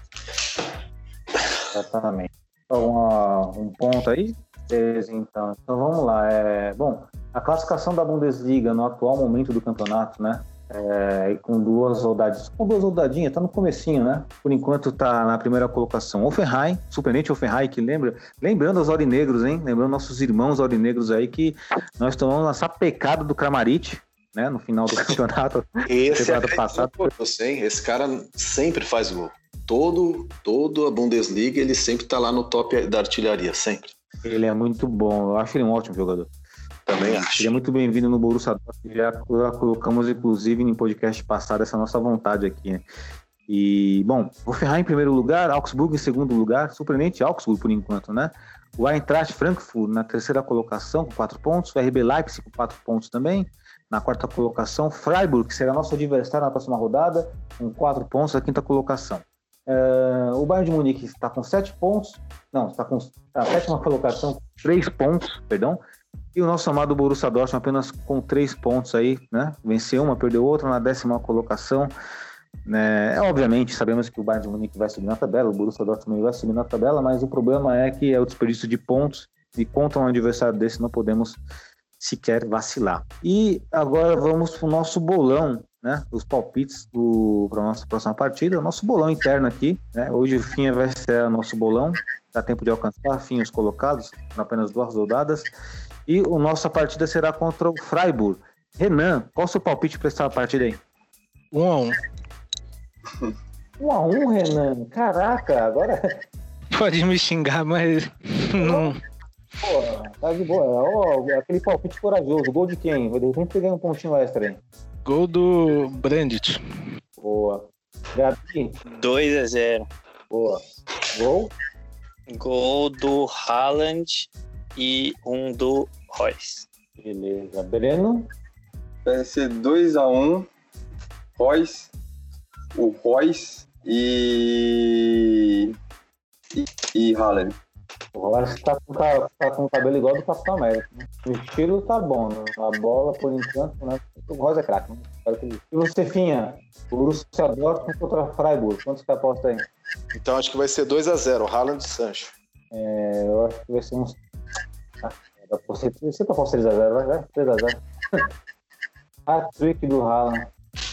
Exatamente. Então, um ponto aí? Então, então vamos lá. É, bom, a classificação da Bundesliga no atual momento do campeonato, né? É, com duas rodadinhas, com duas rodadinhas, tá no comecinho, né? Por enquanto tá na primeira colocação Hoffenheim, surpreendente Hoffenheim, que lembra, lembrando os aurinegros, hein? Lembrando nossos irmãos aurinegros aí, que nós tomamos uma sapecada do Kramaric, né? No final do campeonato. Esse é passado. Você, hein? Esse cara sempre faz gol. Todo, todo a Bundesliga, ele sempre tá lá no top da artilharia, sempre. Ele é muito bom, eu acho ele um ótimo jogador. Também acho. Ele é muito bem-vindo no Borussia Dortmund, já, já colocamos inclusive em podcast passado essa nossa vontade aqui, né? E, bom, Hoffenheim em primeiro lugar, Augsburg em segundo lugar, surpreendente Augsburg por enquanto, né? O Eintracht Frankfurt na terceira colocação com quatro pontos, o R B Leipzig com quatro pontos também, na quarta colocação, Freiburg, que será nosso adversário na próxima rodada, com quatro pontos na quinta colocação. Uh, o Bayern de Munique está com sete pontos, não, está com a sétima colocação, três pontos, perdão, e o nosso amado Borussia Dortmund apenas com três pontos aí, né? Venceu uma, perdeu outra na décima colocação. Né? Obviamente, sabemos que o Bayern de Munique vai subir na tabela, o Borussia Dortmund vai subir na tabela, mas o problema é que é o desperdício de pontos e contra um adversário desse não podemos sequer vacilar. E agora vamos para o nosso bolão, né, os palpites para a nossa próxima partida, o nosso bolão interno aqui, né, hoje o Finha vai ser o nosso bolão, dá tempo de alcançar, Finha os colocados, com apenas duas rodadas, e a nossa partida será contra o Freiburg. Renan, qual o seu palpite para essa partida aí? Um a um. Um a um, Renan? Caraca, agora... Pode me xingar, mas não... Pô, tá de boa, ó, aquele palpite corajoso, gol de quem? De repente peguei um pontinho extra aí. Gol do Brandt. Boa. Gabi? dois a zero. Boa. Gol? Gol do Haaland e um do Royce. Beleza. Breno? Vai ser dois a um. Royce. O Royce e... E, e Haaland. O Royce tá com, tá com o cabelo igual do Capitão América. Né? O estilo tá bom, né? A bola, por enquanto, né? O Royce é craque, né? E você, Finha? O Borussia Dortmund contra Freiburg. Quantos que aposta aí? Então acho que vai ser dois a zero, Haaland e Sancho. É, eu acho que vai ser uns... Ah, você tá apostando três a zero, vai? três a zero. Hat-trick do Haaland.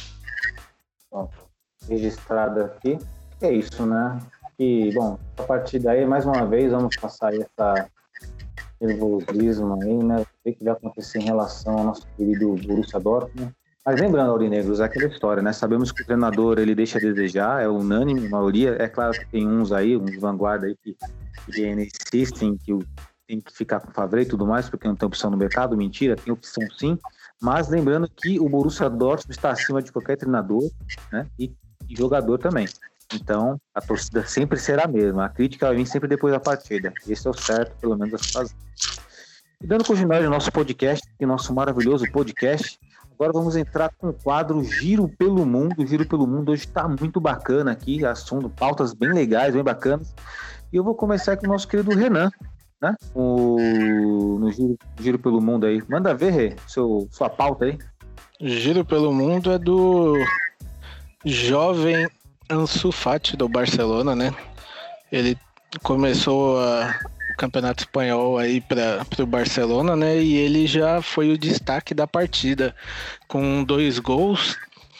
Bom, registrado aqui. É isso, né? E, bom, a partir daí, mais uma vez, vamos passar aí essa nervosismo aí, né? O que vai acontecer em relação ao nosso querido Borussia Dortmund. Mas lembrando, Aurinegros, é aquela história, né? Sabemos que o treinador, ele deixa a desejar, é unânime, a maioria. É claro que tem uns aí, uns vanguarda aí que, que insistem que tem que ficar com o Favre e tudo mais, porque não tem opção no mercado. Mentira, tem opção sim. Mas lembrando que o Borussia Dortmund está acima de qualquer treinador, né? E, e jogador também. Então, a torcida sempre será a mesma. A crítica vai vir sempre depois da partida. Esse é o certo, pelo menos, a se fazer. E dando continuidade ao nosso podcast, que é nosso maravilhoso podcast, agora vamos entrar com o quadro Giro pelo Mundo. O Giro pelo Mundo hoje está muito bacana aqui, assunto, pautas bem legais, bem bacanas. E eu vou começar com o nosso querido Renan, né? O, no Giro, Giro pelo Mundo aí. Manda ver, Rê, seu, sua pauta aí. Giro pelo Mundo é do jovem Ansu Fati do Barcelona, né? Ele começou a, o Campeonato Espanhol aí para o Barcelona, né? E ele já foi o destaque da partida com dois gols.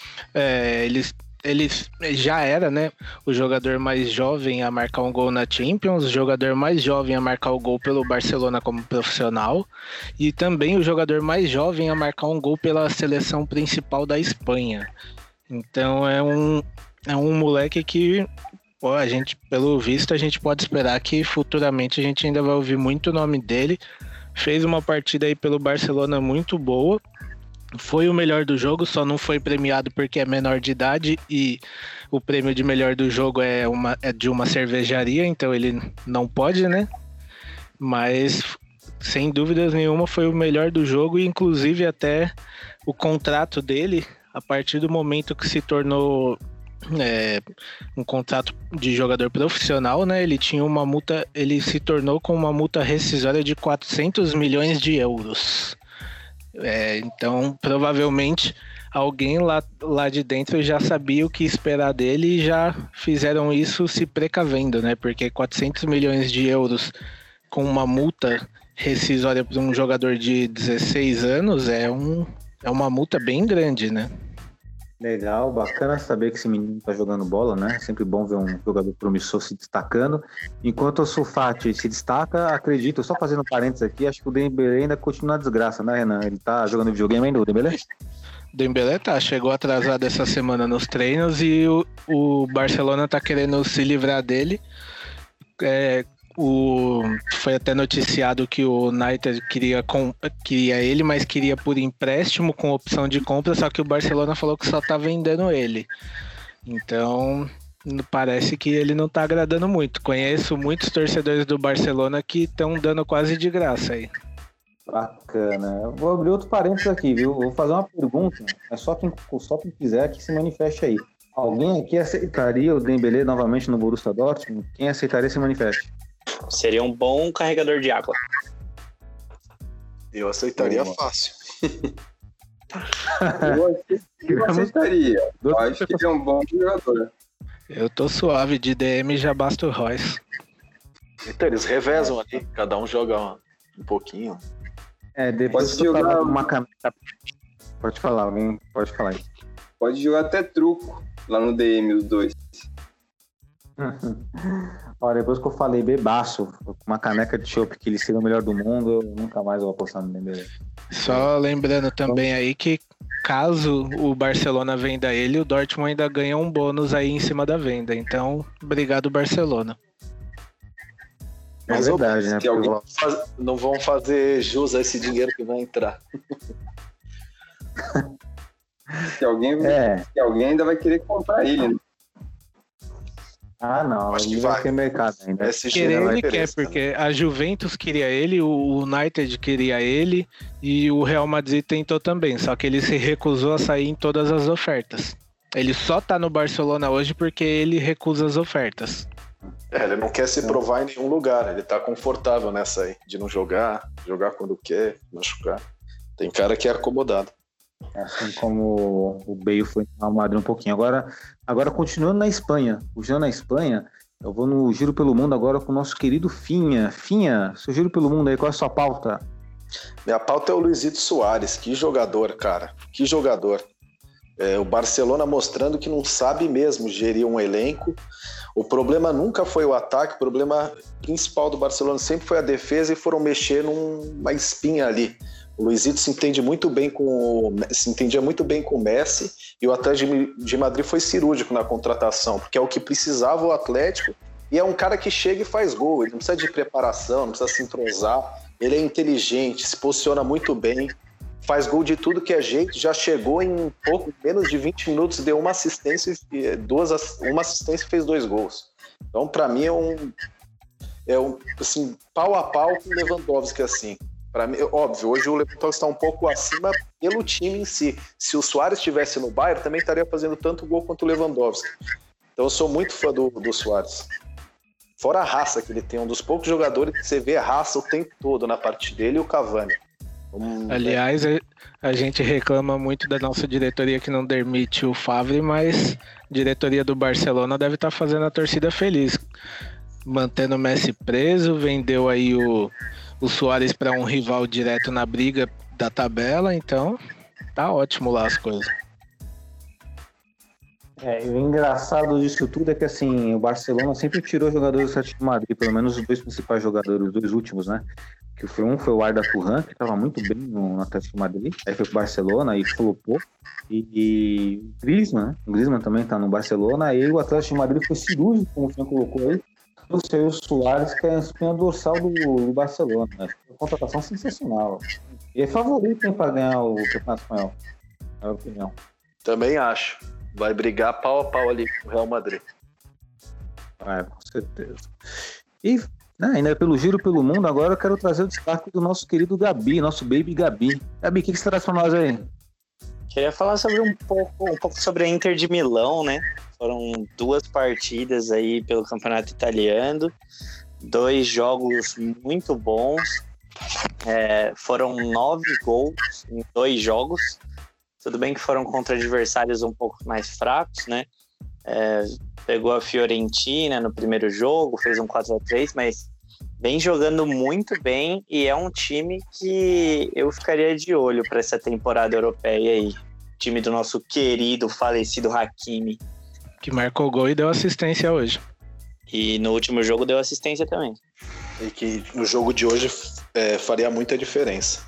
É, ele, ele já era, né, o jogador mais jovem a marcar um gol na Champions, o jogador mais jovem a marcar o gol pelo Barcelona como profissional e também o jogador mais jovem a marcar um gol pela seleção principal da Espanha. Então é um É um moleque que, pô, a gente, pelo visto, a gente pode esperar que futuramente a gente ainda vai ouvir muito o nome dele. Fez uma partida aí pelo Barcelona muito boa. Foi o melhor do jogo, só não foi premiado porque é menor de idade e o prêmio de melhor do jogo é, uma, é de uma cervejaria, então ele não pode, né? Mas, sem dúvidas nenhuma, foi o melhor do jogo e, inclusive, até o contrato dele, a partir do momento que se tornou... É, um contrato de jogador profissional, né? Ele tinha uma multa, ele se tornou com uma multa rescisória de quatrocentos milhões de euros. É, então, provavelmente, alguém lá, lá de dentro já sabia o que esperar dele e já fizeram isso se precavendo, né? Porque quatrocentos milhões de euros com uma multa rescisória para um jogador de dezesseis anos é, um, é uma multa bem grande, né? Legal, bacana saber que esse menino tá jogando bola, né? Sempre bom ver um jogador promissor se destacando. Enquanto o Ansu Fati se destaca, acredito, só fazendo parênteses aqui, acho que o Dembélé ainda continua a desgraça, né, Renan? Ele tá jogando videogame ainda, o Dembélé? Dembélé tá, chegou atrasado essa semana nos treinos e o, o Barcelona tá querendo se livrar dele. É, o, foi até noticiado que o United queria, com, queria ele, mas queria por empréstimo com opção de compra, só que o Barcelona falou que só tá vendendo ele. Então, parece que ele não tá agradando muito. Conheço muitos torcedores do Barcelona que estão dando quase de graça aí. Bacana. Eu vou abrir outro parênteses aqui, viu? Vou fazer uma pergunta. É só quem, só quem quiser que se manifeste aí. Alguém aqui aceitaria o Dembélé novamente no Borussia Dortmund? Quem aceitaria se manifeste? Seria um bom carregador de água. Eu aceitaria Boa. fácil. Eu aceitaria. Eu acho que ele é um bom jogador. Eu tô suave, de D M já basta o Royce. Então eles revezam ali, cada um joga um, um pouquinho. É, depois Pode eu jogar- falar uma caneta. Pode falar, alguém pode falar aí. Pode jogar até truco lá no D M, os dois. Olha, depois que eu falei bebaço, com uma caneca de chopp que ele seria o melhor do mundo, eu nunca mais vou apostar no Dembélé. Só lembrando também aí que caso o Barcelona venda ele, o Dortmund ainda ganha um bônus aí em cima da venda. Então, obrigado, Barcelona. É Mas, verdade, né? se alguém- Porque Não faz- Não vão fazer jus a esse dinheiro que vai entrar. Se alguém, É. se alguém ainda vai querer comprar ele, né? Ah, não, Acho que ele vai vai. ter mercado ainda. Esse Querer dinheiro vai ele quer, interesse, né? porque a Juventus queria ele, o United queria ele e o Real Madrid tentou também, só que ele se recusou a sair em todas as ofertas. Ele só tá no Barcelona hoje porque ele recusa as ofertas. É, ele não quer se provar em nenhum lugar, ele tá confortável nessa aí, de não jogar, jogar quando quer, machucar. Tem cara que é acomodado. Assim como o Bale foi no Madrid um pouquinho. Agora, agora continuando na Espanha, puxando na Espanha, eu vou no Giro pelo Mundo agora com o nosso querido Finha. Finha, seu Giro pelo Mundo aí, qual é a sua pauta? Minha pauta é o Luizito Soares. Que jogador, cara. Que jogador. É, o Barcelona mostrando que não sabe mesmo gerir um elenco. O problema nunca foi o ataque, o problema principal do Barcelona sempre foi a defesa e foram mexer numa espinha ali. O Luizito se entende muito bem com o, se entendia muito bem com o Messi e o Atlético de Madrid foi cirúrgico na contratação, porque é o que precisava o Atlético e é um cara que chega e faz gol, ele não precisa de preparação, não precisa se entrosar, ele é inteligente, se posiciona muito bem, faz gol de tudo que é jeito, já chegou em pouco menos de vinte minutos, deu uma assistência, duas, uma assistência e fez dois gols. Então, para mim, é um, é um assim, pau a pau com o Lewandowski, assim. Para mim, óbvio, hoje o Lewandowski está um pouco acima pelo time em si. Se o Suárez estivesse no Bayern, também estaria fazendo tanto gol quanto o Lewandowski. Então, eu sou muito fã do, do Suárez. Fora a raça que ele tem, um dos poucos jogadores que você vê a raça o tempo todo na parte dele, e o Cavani. Um... Aliás, a gente reclama muito da nossa diretoria que não demite o Favre, mas a diretoria do Barcelona deve estar fazendo a torcida feliz. Mantendo o Messi preso, vendeu aí o, o Suárez para um rival direto na briga da tabela, então tá ótimo lá as coisas. É, e o engraçado disso tudo é que assim, o Barcelona sempre tirou jogadores do Atlético de Madrid, pelo menos os dois principais jogadores, os dois últimos, né? Que foi um foi o Arda Turan, que estava muito bem no, no Atlético de Madrid, aí foi pro Barcelona e flopou, e, e o Griezmann, né? O Griezmann também tá no Barcelona, aí o Atlético de Madrid foi cirúrgico, como o senhor colocou aí, trouxe aí o Suárez, que é a espinha dorsal do, do Barcelona, né? Uma contratação sensacional. E é favorito, hein, para ganhar o Campeonato Espanhol, na minha opinião. Também acho. Vai brigar pau a pau ali com o Real Madrid. É, com certeza. E né, ainda pelo giro pelo mundo, agora eu quero trazer o destaque do nosso querido Gabi, nosso baby Gabi. Gabi, o que, que você traz pra nós aí? Queria falar sobre um pouco, um pouco sobre a Inter de Milão, né? Foram duas partidas aí pelo Campeonato Italiano, dois jogos muito bons, é, foram nove gols em dois jogos. Tudo bem que foram contra adversários um pouco mais fracos, né? É, pegou a Fiorentina no primeiro jogo, fez um quatro a três, mas vem jogando muito bem e é um time que eu ficaria de olho para essa temporada europeia aí. Time do nosso querido, falecido Hakimi. Que marcou gol e deu assistência hoje. E no último jogo deu assistência também. E que no jogo de hoje é, faria muita diferença.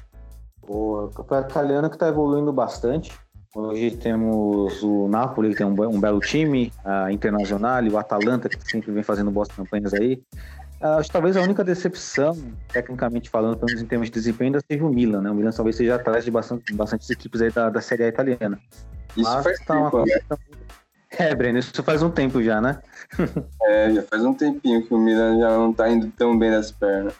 O campeonato italiano que está evoluindo bastante. Hoje temos o Napoli, que tem um, um belo time, a Internazionale, o Atalanta, que sempre vem fazendo boas campanhas aí. Acho que talvez a única decepção, tecnicamente falando, pelo menos em termos de desempenho, ainda seja o Milan, né? O Milan talvez seja atrás de bastante, bastante equipes aí da, da Série A italiana. Isso Mas faz tá tempo, uma... né? É, Breno, isso faz um tempo já, né? É, já faz um tempinho que o Milan já não tá indo tão bem das pernas.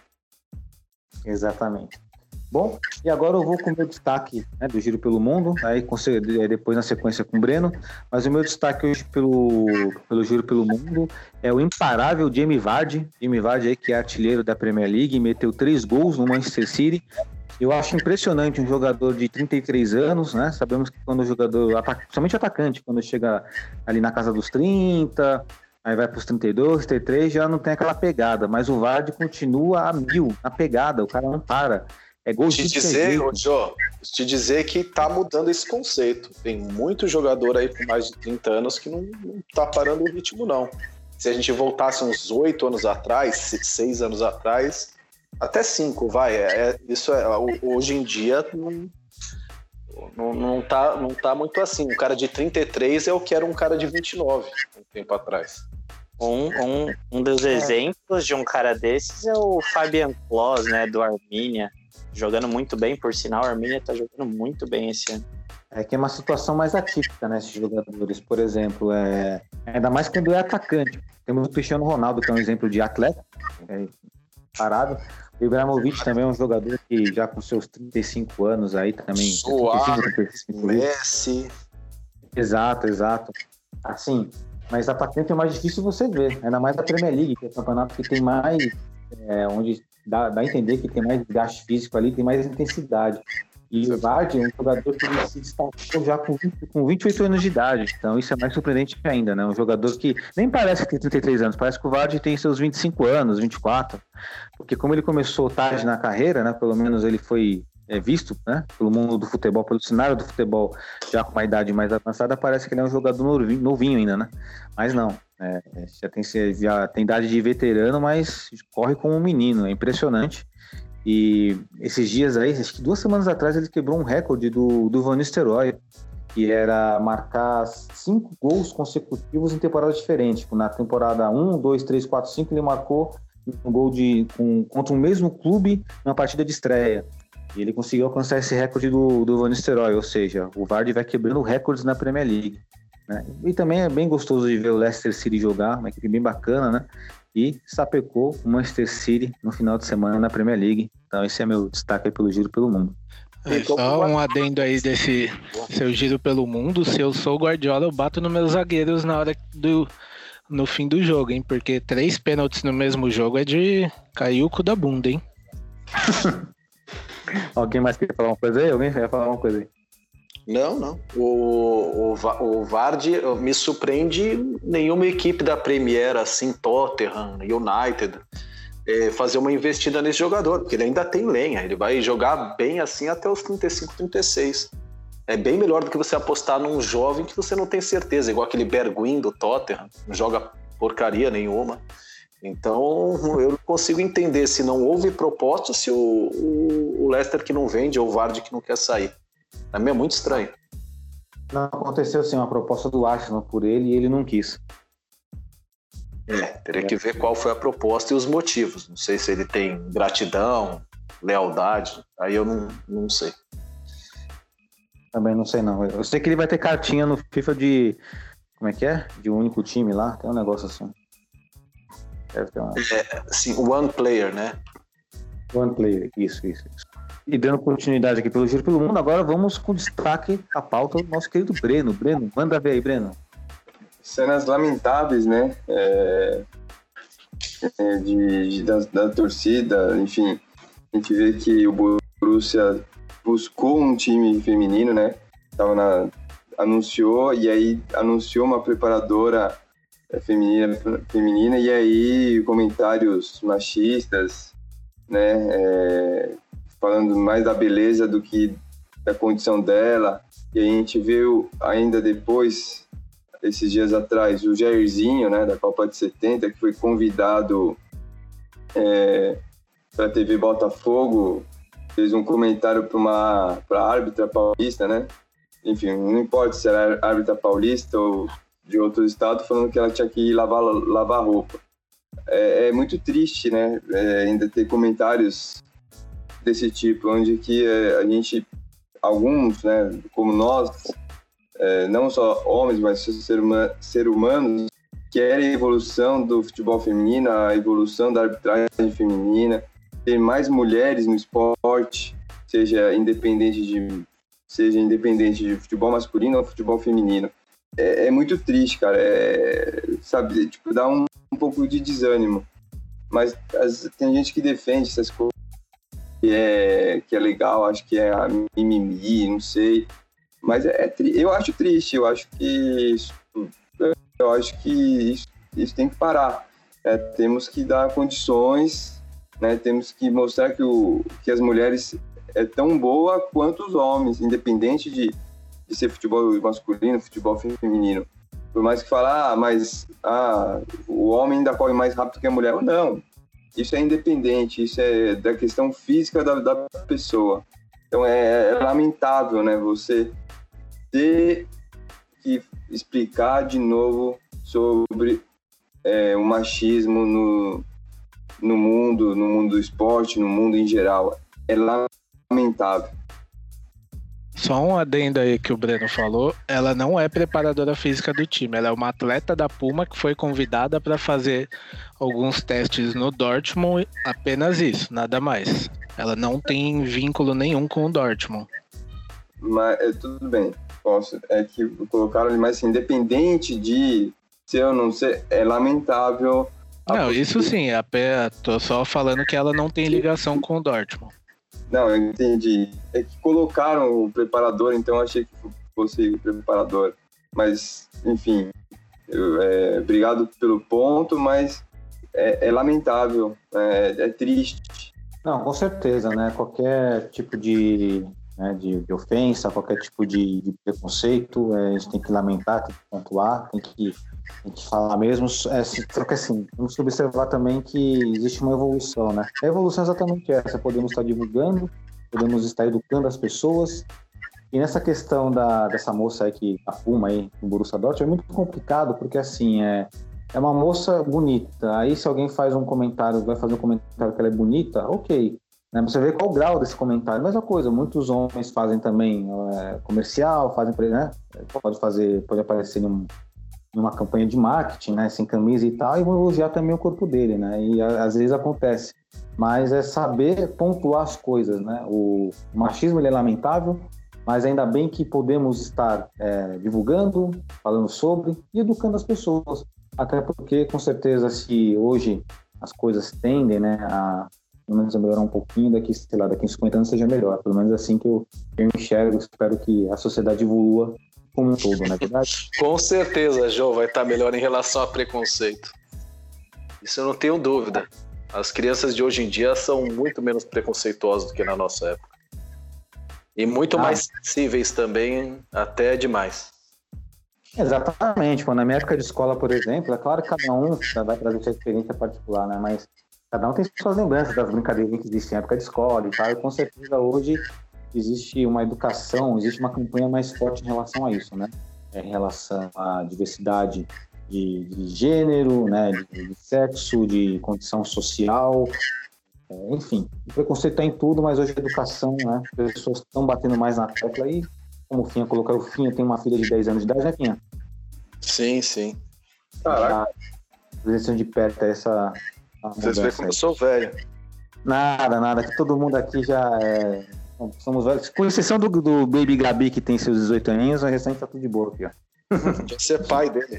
Exatamente. Bom, e agora eu vou com o meu destaque, né, do Giro pelo Mundo, aí depois na sequência com o Breno, mas o meu destaque hoje pelo, pelo Giro pelo Mundo é o imparável Jamie Vardy, Jamie Vardy aí que é artilheiro da Premier League, meteu três gols no Manchester City. Eu acho impressionante um jogador de trinta e três anos, né? Sabemos que quando o jogador, principalmente atacante, quando chega ali na casa dos trinta, aí vai para os trinta e dois, trinta e três, já não tem aquela pegada, mas o Vardy continua a mil, na pegada, o cara não para. É gol te dizer, ô, Jô, te dizer que tá mudando esse conceito. Tem muito jogador aí com mais de trinta anos que não, não tá parando o ritmo, não. Se a gente voltasse uns oito anos atrás, seis anos atrás, até cinco, vai. É, é, isso é, hoje em dia não, não, não, tá, não tá muito assim. Um cara de trinta e três é o que era um cara de vinte e nove, um tempo atrás. Um, um, um dos exemplos de um cara desses é o Fabian Klos, né, do Arminia. Jogando muito bem, por sinal, a Arminia tá jogando muito bem esse ano. É que é uma situação mais atípica, né, esses jogadores. Por exemplo, é... ainda mais quando é atacante. Temos o Cristiano Ronaldo, que é um exemplo de atleta, é parado. O Ibrahimovic também é um jogador que já com seus trinta e cinco anos aí também... Suárez, Messi... Exato, exato. Assim, mas atacante é mais difícil você ver. Ainda mais da Premier League, que é o campeonato que tem mais... É, onde... Dá, dá a entender que tem mais desgaste físico ali, tem mais intensidade. E o Vardy é um jogador que ele se destacou já com, vinte, com vinte e oito anos de idade. Então isso é mais surpreendente ainda, né? Um jogador que nem parece que tem trinta e três anos, parece que o Vardy tem seus vinte e cinco anos, vinte e quatro. Porque como ele começou tarde na carreira, né? Pelo menos ele foi é, visto, né? Pelo mundo do futebol, pelo cenário do futebol, já com uma idade mais avançada, parece que ele é um jogador novinho, novinho ainda, né? Mas não. É, já, tem, já tem idade de veterano, mas corre como um menino. É impressionante. E esses dias aí, acho que duas semanas atrás, ele quebrou um recorde do, do Van Nistelrooy, que era marcar cinco gols consecutivos em temporadas diferentes. Na temporada um, dois, três, quatro, cinco, ele marcou um gol de, com, contra o mesmo clube numa partida de estreia. E ele conseguiu alcançar esse recorde do, do Van Nistelrooy, ou seja, o Vardy vai quebrando recordes na Premier League. Né? E também é bem gostoso de ver o Leicester City jogar, uma equipe bem bacana, né? E sapecou o Manchester City no final de semana na Premier League. Então esse é meu destaque aí pelo giro pelo mundo. É, só um adendo aí desse seu giro pelo mundo. Se eu sou o Guardiola, eu bato nos meus zagueiros na hora do no fim do jogo, hein? Porque três pênaltis no mesmo jogo é de cair o cu da bunda, hein? Alguém mais quer falar uma coisa aí? Alguém quer falar uma coisa aí? Não, não. O, o, o Vardy me surpreende nenhuma equipe da Premier, assim, Tottenham, United, é, fazer uma investida nesse jogador, porque ele ainda tem lenha, ele vai jogar bem assim até os trinta e cinco, trinta e seis. É bem melhor do que você apostar num jovem que você não tem certeza, igual aquele Bergwijn do Tottenham, não joga porcaria nenhuma. Então, eu não consigo entender se não houve proposta, se o, o, o Leicester que não vende ou o Vardy que não quer sair. É muito estranho. Não aconteceu sim uma proposta do Arsenal por ele e ele não quis. É, teria que ver qual foi a proposta e os motivos. Não sei se ele tem gratidão, lealdade, aí eu não, não sei. Também não sei não. Eu sei que ele vai ter cartinha no FIFA de... Como é que é? De um único time lá, tem um negócio assim. Deve ter uma... É, sim, one player, né? One player, isso, isso, isso. E dando continuidade aqui pelo Giro pelo Mundo, agora vamos com destaque à pauta do nosso querido Breno. Breno, manda ver aí, Breno. Cenas lamentáveis, né? É, é, de, de, da, da torcida, enfim. A gente vê que o Borussia buscou um time feminino, né? Tava na, anunciou, e aí anunciou uma preparadora feminina, feminina e aí comentários machistas, né? É, falando mais da beleza do que da condição dela. E a gente viu ainda depois, esses dias atrás, o Jairzinho, né, da Copa de setenta, que foi convidado é, para a T V Botafogo, fez um comentário para uma pra árbitra paulista, né? Enfim, não importa se era árbitra paulista ou de outro estado, falando que ela tinha que ir lavar, lavar roupa. É, é muito triste, né? É, ainda ter comentários desse tipo, onde que é, a gente, alguns, né, como nós, é, não só homens, mas ser, huma, ser humanos, querem a evolução do futebol feminino, a evolução da arbitragem feminina, ter mais mulheres no esporte, seja independente de, seja independente de futebol masculino ou futebol feminino. É, é muito triste, cara, é, sabe, tipo, dá um, um pouco de desânimo, mas as, tem gente que defende essas coisas, que é, que é legal, acho que é a mimimi, não sei, mas é, é eu acho triste, eu acho que isso, eu acho que isso, isso tem que parar, é, temos que dar condições, né, temos que mostrar que, o, que as mulheres é tão boa quanto os homens, independente de, de ser futebol masculino, futebol feminino. Por mais que falar, ah, mas ah, o homem ainda corre mais rápido que a mulher. Não, isso é independente, isso é da questão física da, da pessoa. Então é, é lamentável, né, você ter que explicar de novo sobre é, o machismo no, no mundo, no mundo do esporte, no mundo em geral. É lamentável. Só um adendo aí que o Breno falou, ela não é preparadora física do time, ela é uma atleta da Puma que foi convidada para fazer alguns testes no Dortmund, apenas isso, nada mais. Ela não tem vínculo nenhum com o Dortmund. Mas é, tudo bem, posso, é que colocaram ali, mas assim, independente de ser ou não ser, é lamentável. Não, isso sim, a, tô só falando que ela não tem ligação com o Dortmund. Não, eu entendi. É que colocaram o preparador, então eu achei que fosse o preparador. Mas, enfim, eu, é, obrigado pelo ponto, mas é, é lamentável, é, é triste. Não, com certeza, né? Qualquer tipo de, né, de, de ofensa, qualquer tipo de, de preconceito, é, a gente tem que lamentar, tem que pontuar, tem que, tem que falar mesmo. É, só que assim, vamos observar também que existe uma evolução, né? A evolução é exatamente essa, podemos estar divulgando, podemos estar educando as pessoas. E nessa questão da, dessa moça aí que a Puma aí, no Borussia Dortmund, é muito complicado, porque assim, é, é uma moça bonita. Aí se alguém faz um comentário, vai fazer um comentário que ela é bonita, ok. Né? Você vê qual o grau desse comentário. Mesma coisa, muitos homens fazem também é, comercial, fazem, né? Pode fazer, pode aparecer num, numa campanha de marketing, né? Sem camisa e tal, e vão elogiar também o corpo dele, né? E a, às vezes acontece. Mas é saber pontuar as coisas, né? O machismo, ele é lamentável, mas ainda bem que podemos estar é, divulgando, falando sobre e educando as pessoas. Até porque, com certeza, se hoje as coisas tendem, né, a pelo menos a melhorar um pouquinho, daqui, sei lá, daqui a cinquenta anos seja melhor. Pelo menos assim que eu, eu enxergo, espero que a sociedade evolua como um todo, não é verdade? Com certeza, João, vai estar melhor em relação a preconceito. Isso eu não tenho dúvida. As crianças de hoje em dia são muito menos preconceituosas do que na nossa época. E muito ah. mais sensíveis também, até demais. Exatamente. Pô, na minha época de escola, por exemplo, é claro que cada um vai trazer sua experiência particular, né? Mas cada um tem suas lembranças das brincadeiras que existiam na época de escola e tal. E com certeza hoje existe uma educação, existe uma campanha mais forte em relação a isso, né? Em relação à diversidade de, de gênero, né? De, de sexo, de condição social. Enfim, o preconceito está em tudo, mas hoje a educação, né? As pessoas estão batendo mais na tecla e, como o Finha colocou, o Finha tem uma filha de dez anos de idade, né, Finha? Sim, sim. Caraca. Presenciando de perto essa... Vocês veem como eu sou velho. Nada, nada, que todo mundo aqui já é... Somos velhos, com exceção do, do Baby Gabi, que tem seus dezoito aninhos, o restante tá tudo de boa aqui, ó. Já ser pai dele.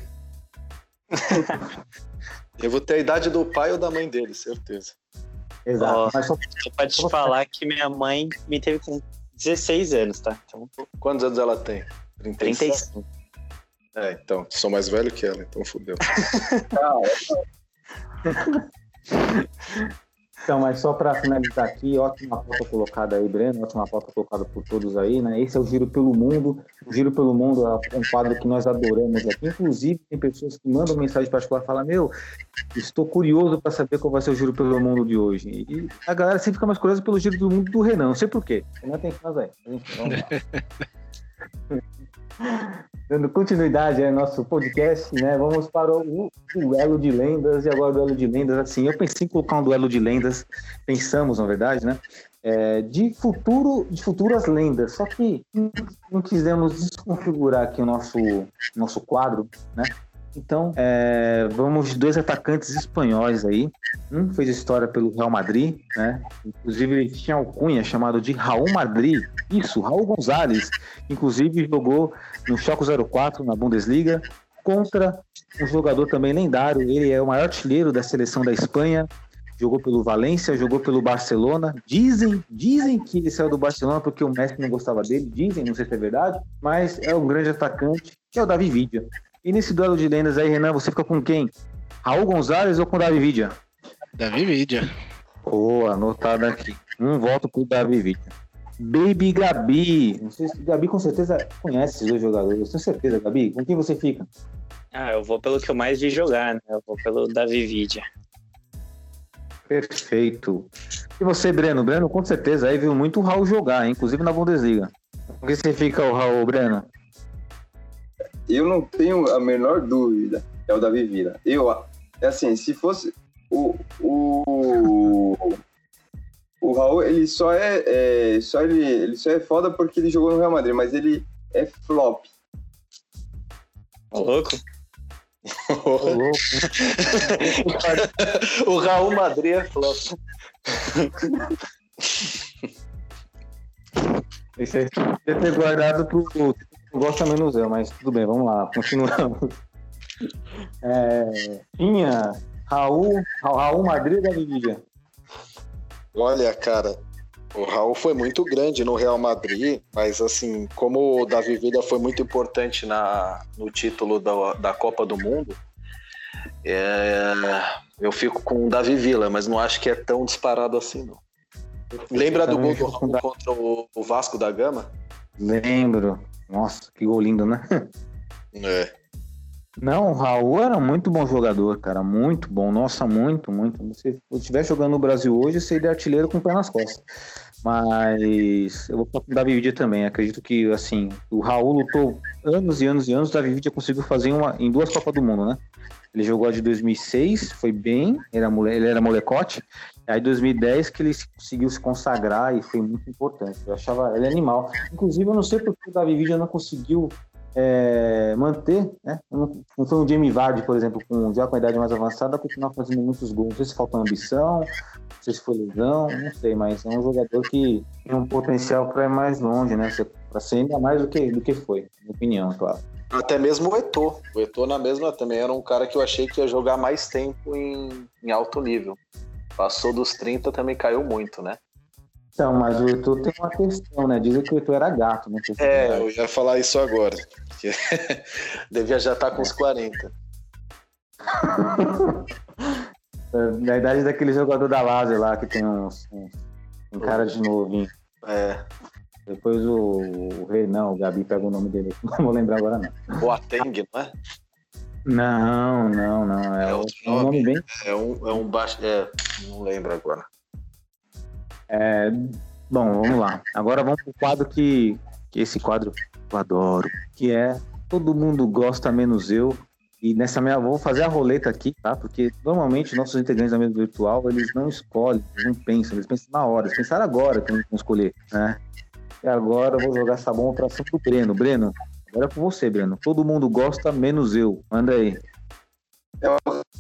Eu vou ter a idade do pai ou da mãe dele, certeza. Exato. Oh, mas só, só pra te só falar que minha mãe me teve com dezesseis anos, tá? Então... Quantos anos ela tem? trinta e cinco. É, então, sou mais velho que ela, então fodeu. Então, mas só para finalizar aqui, ótima pauta colocada aí, Breno, ótima pauta colocada por todos aí, né? Esse é o Giro pelo Mundo. O Giro pelo Mundo é um quadro que nós adoramos aqui. Inclusive, tem pessoas que mandam mensagem particular e falam: meu, estou curioso para saber qual vai ser o Giro pelo Mundo de hoje. E a galera sempre fica mais curiosa pelo Giro pelo Mundo do Renan, não sei por quê. Renan tem que fazer. Vamos lá. Dando continuidade ao nosso podcast, né? Vamos para o duelo de lendas. E agora o duelo de lendas, assim, eu pensei em colocar um duelo de lendas, pensamos, na verdade, né? É, de, futuro, de futuras lendas, só que não quisemos desconfigurar aqui o nosso, nosso quadro, né? Então, é, vamos de dois atacantes espanhóis aí. Um fez história pelo Real Madrid, né? Inclusive ele tinha alcunha chamado de Raul Madrid. Isso, Raul González. Inclusive jogou no Schalke zero quatro na Bundesliga contra um jogador também lendário. Ele é o maior artilheiro da seleção da Espanha. Jogou pelo Valência, jogou pelo Barcelona. Dizem, dizem que ele saiu do Barcelona porque o Messi não gostava dele. Dizem, não sei se é verdade, mas é um grande atacante, que é o Davi Villa. E nesse duelo de lendas aí, Renan, você fica com quem? Raul González ou com o Davi Villa? Davi Villa. Boa, anotado aqui. Um voto pro Davi Villa. Baby Gabi. Não sei se Gabi com certeza conhece esses dois jogadores. Eu tenho certeza, Gabi. Com quem você fica? Ah, eu vou pelo que eu mais vi jogar, né? Eu vou pelo Davi Villa. Perfeito. E você, Breno? Breno, com certeza aí viu muito o Raul jogar, hein? Inclusive na Bundesliga. Com quem você fica, o Raul, Breno? Eu não tenho a menor dúvida, é o Davi Villa. Eu, é assim, se fosse o, o, o Raul, ele só é, é só ele, ele só é foda porque ele jogou no Real Madrid, mas ele é flop. Ô, louco. Ô, louco. O Raul Madrid é flop. Esse aí ia ter guardado pro gosta menos eu, mas tudo bem, vamos lá, continuamos. É, tinha Raul, Raul Madrid da Villa. Olha, cara, O Raul foi muito grande no Real Madrid, mas assim, como o Davi Villa foi muito importante na, no título da, da Copa do Mundo, é, eu fico com o Davi Villa, mas não acho que é tão disparado assim, não. Lembra do gol do Raul contra o, o Vasco da Gama? Lembro. Nossa, que gol lindo, né? É. Não, o Raul era muito bom jogador, cara. Muito bom. Nossa, muito, muito. Se eu estiver jogando no Brasil hoje, seria artilheiro com o pé nas costas. Mas eu vou falar com o Davi Villa também. Acredito que, assim, o Raul lutou anos e anos e anos. O Davi Villa conseguiu fazer uma, em duas Copas do Mundo, né? Ele jogou a de dois mil e seis, foi bem, ele era, mole, ele era molecote. Aí em dois mil e dez que ele conseguiu se consagrar e foi muito importante. Eu achava ele animal. Inclusive, eu não sei porque o Davi Villa não conseguiu é, manter, né? Não, não foi um Jamie Vardy, por exemplo, com, já com a idade mais avançada, continuar fazendo muitos gols. Não sei se faltou ambição, não sei se foi lesão, não sei, mas é um jogador que tem um potencial para ir mais longe, né? Para ser ainda mais do que, do que foi, na minha opinião, claro. Até mesmo o Eto'o. O Eto'o na mesma também era um cara que eu achei que ia jogar mais tempo em, em alto nível. Passou dos trinta, também caiu muito, né? Então, mas o Eto'o tem uma questão, né? Dizem que o Eto'o era gato, né? É, eu ia falar isso agora. Devia já estar com uns quarenta. Da idade daquele jogador da Lazio lá, que tem uns, uns, um cara de novinho. É. Depois o, o Rei, não, o Gabi pega o nome dele, não vou lembrar agora não. Boateng, não é? Não, não, não. É, é outro um nome bem. É um, é um baixo. É, não lembro agora. É, bom, vamos lá. Agora vamos pro quadro que, que esse quadro eu adoro, que é Todo Mundo Gosta Menos Eu. E nessa minha, vou fazer a roleta aqui, tá? Porque normalmente nossos integrantes da mesa virtual, eles não escolhem, eles não pensam, eles pensam na hora, eles pensaram agora que eles vão escolher, né? E agora eu vou jogar essa bomba pra cima do Breno. Breno, agora é com você, Breno. Todo mundo gosta, menos eu. Manda aí. Eu...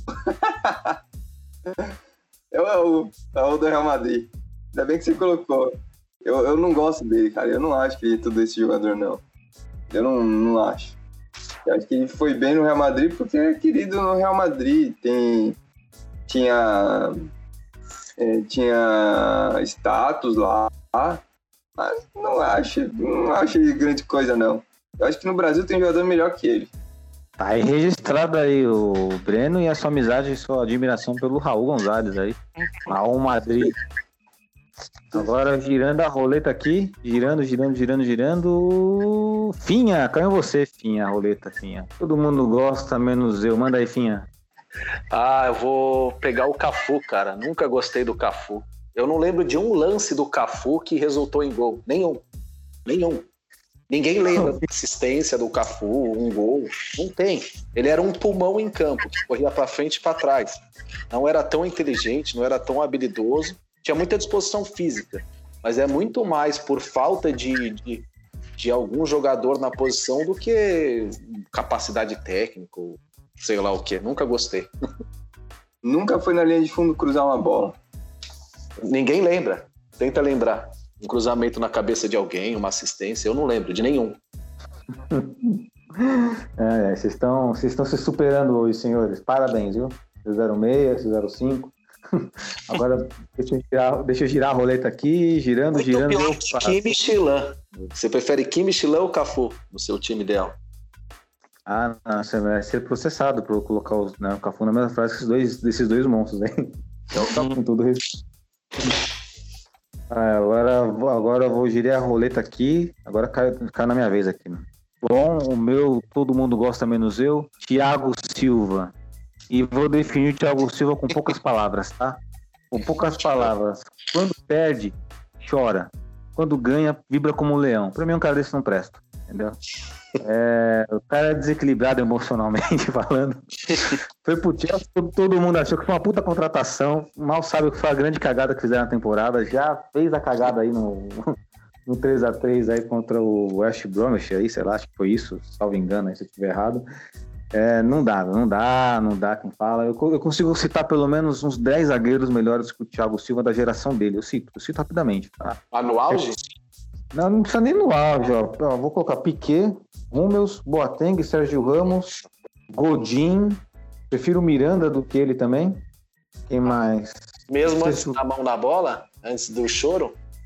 eu é o, é o do Real Madrid. Ainda bem que você colocou. Eu, eu não gosto dele, cara. Eu não acho que ele é tudo esse jogador, não. Eu não, não acho. Eu acho que ele foi bem no Real Madrid porque é querido no Real Madrid. Tem... Tinha... É, tinha status lá. Mas não acho, não acho ele grande coisa, não. Eu acho que no Brasil tem jogador melhor que ele. Tá aí registrado aí o Breno e a sua amizade e sua admiração pelo Raul Gonzalez aí. Raul Madrid. Agora girando a roleta aqui. Girando, girando, girando, girando. Finha, caiu você, Finha, a roleta, Finha. Todo mundo gosta, menos eu. Manda aí, Finha. Ah, eu vou pegar o Cafu, cara. Nunca gostei do Cafu. Eu não lembro de um lance do Cafu que resultou em gol. Nenhum. Nenhum. Ninguém lembra da assistência do Cafu, um gol. Não tem. Ele era um pulmão em campo, que corria para frente e para trás. Não era tão inteligente, não era tão habilidoso. Tinha muita disposição física. Mas é muito mais por falta de, de, de algum jogador na posição do que capacidade técnica, ou sei lá o quê. Nunca gostei. Nunca foi na linha de fundo cruzar uma bola. Ninguém lembra. Tenta lembrar. Um cruzamento na cabeça de alguém, uma assistência. Eu não lembro de nenhum. É, vocês estão vocês estão se superando hoje, senhores. Parabéns, viu? Vocês fizeram seis, fizeram cinco. Agora, deixa eu, girar, deixa eu girar a roleta aqui. Girando, muito girando. Pior que Kim Michelin. Você prefere Kim Michelin ou Cafu no seu time ideal? Ah, não, você vai ser processado por colocar os, né, o Cafu na mesma frase que esses dois, desses dois monstros, hein? Então, com todo respeito. Ah, agora, agora eu vou girar a roleta aqui. Agora cai, cai na minha vez aqui. Né? Bom, o meu Todo Mundo Gosta Menos Eu, Thiago Silva. E vou definir o Thiago Silva com poucas palavras, tá? Com poucas palavras. Quando perde, chora. Quando ganha, vibra como um leão. Pra mim, um cara desse não presta, entendeu? É, o cara é desequilibrado emocionalmente falando. Foi pro Chelsea, todo mundo achou que foi uma puta contratação. Mal sabe que foi a grande cagada que fizeram na temporada. Já fez a cagada aí no, no três a três aí contra o West Bromwich aí, sei lá, acho que foi isso, salvo engano, aí, se eu estiver errado. É, não dá, não dá, não dá quem fala. Eu, eu consigo citar pelo menos uns dez zagueiros melhores que o Thiago Silva da geração dele. Eu cito, eu cito rapidamente. Tá? Ah, no auge? Não, não precisa nem no auge, ó. ó vou colocar Piquet, Hummels, Boateng, Sérgio Ramos, Godin. Prefiro o Miranda do que ele também. Quem mais? Mesmo antes da mão na bola? Antes do choro?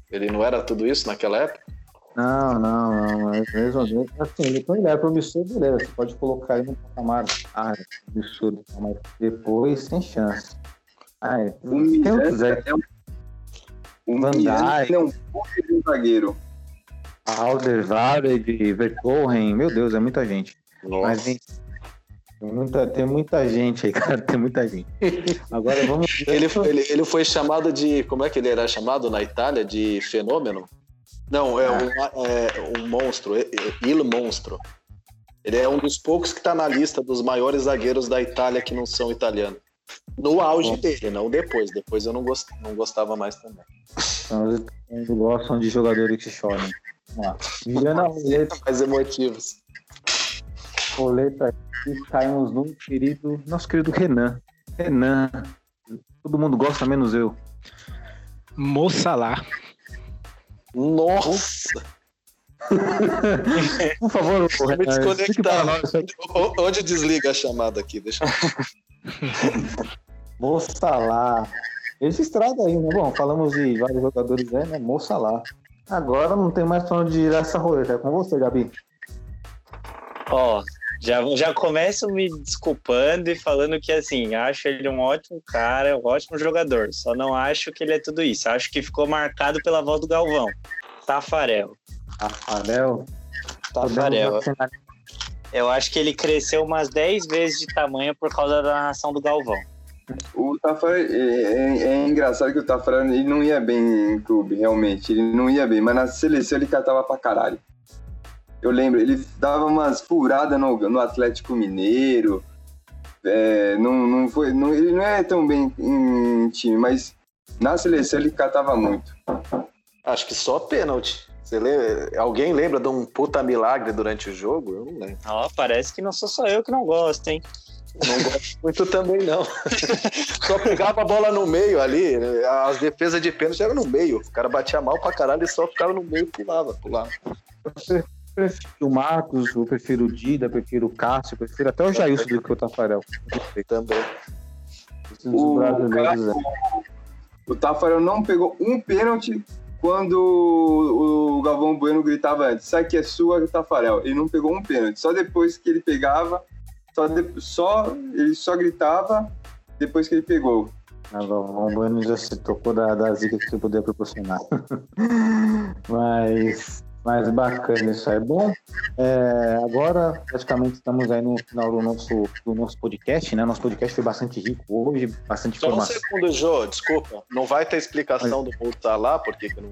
Ele não era tudo isso naquela época? Não, não, não. Mas mesmo assim, ele, quando ele era promissor, beleza. Você pode colocar ele no patamar. Ah, absurdo. Mas depois, sem chance. Ah, é. O Miranda quiser. é um, o Van Miranda Dijk. é um puta de um zagueiro. Alderweireld, Vertonghen, meu Deus, é muita gente. Nossa. Mas tem muita, tem muita gente aí, cara, tem muita gente. Agora vamos... Ele, ele, ele foi chamado de... Como é que ele era chamado na Itália? De fenômeno? Não, é, um, é um monstro, é, é, Il Monstro. Ele é um dos poucos que está na lista dos maiores zagueiros da Itália que não são italianos. No auge Bom. dele, não depois. Depois eu não, gost, não gostava mais também. Então, eles gostam de jogadores que choram. Vamos lá. Virando a roleta... Mais emotivos. Roleta aqui, caímos no querido... Nosso querido Renan. Renan. Todo mundo gosta, menos eu. Mo Salah. Nossa! Por favor, Renan, me desconectar. Onde desliga a chamada aqui? Deixa eu... Mo Salah. Registrado aí, né? Bom, falamos de vários jogadores aí, né? Mo Salah. Agora não tem mais pra onde girar essa roleta. É com você, Gabi. Ó, já, já começo me desculpando e falando que, assim, acho ele um ótimo cara, um ótimo jogador. Só não acho que ele é tudo isso. Acho que ficou marcado pela voz do Galvão. Tafarel. Tafarel? Tafarel. Eu acho que ele cresceu umas dez vezes de tamanho por causa da narração do Galvão. O Tafarel, é, é, é engraçado que o Tafarel ele não ia bem em clube, realmente. Ele não ia bem, mas na seleção ele catava pra caralho. Eu lembro, ele dava umas furadas no, no Atlético Mineiro. É, não, não foi, não, ele não é tão bem em time, mas na seleção ele catava muito. Acho que só pênalti. Você lembra? Alguém lembra de um puta milagre durante o jogo? Eu não lembro. Ó, parece que não sou só eu que não gosto, hein? Não gosto muito também, não. Só pegava a bola no meio ali. As defesas de pênalti eram no meio. O cara batia mal pra caralho e só ficava no meio e pulava, pulava. Eu prefiro o Marcos, eu prefiro o Dida, eu prefiro o Cássio, eu prefiro até o Jailson do que o Tafarel. Também. O, brasileiros, o, o Tafarel não pegou um pênalti quando o, o Galvão Bueno gritava antes, sai que é sua, Tafarel. Ele não pegou um pênalti. Só depois que ele pegava, só, de, só ele só gritava depois que ele pegou. O Galvão Bueno já se tocou da, da zica que você poderia proporcionar. Mas... Mas bacana isso aí. Bom, é, agora praticamente estamos aí no final do nosso, do nosso podcast, né? Nosso podcast foi bastante rico hoje, bastante Só informação. Só um segundo, Jô, desculpa. Não vai ter explicação Mas... do Volta lá, porque que não...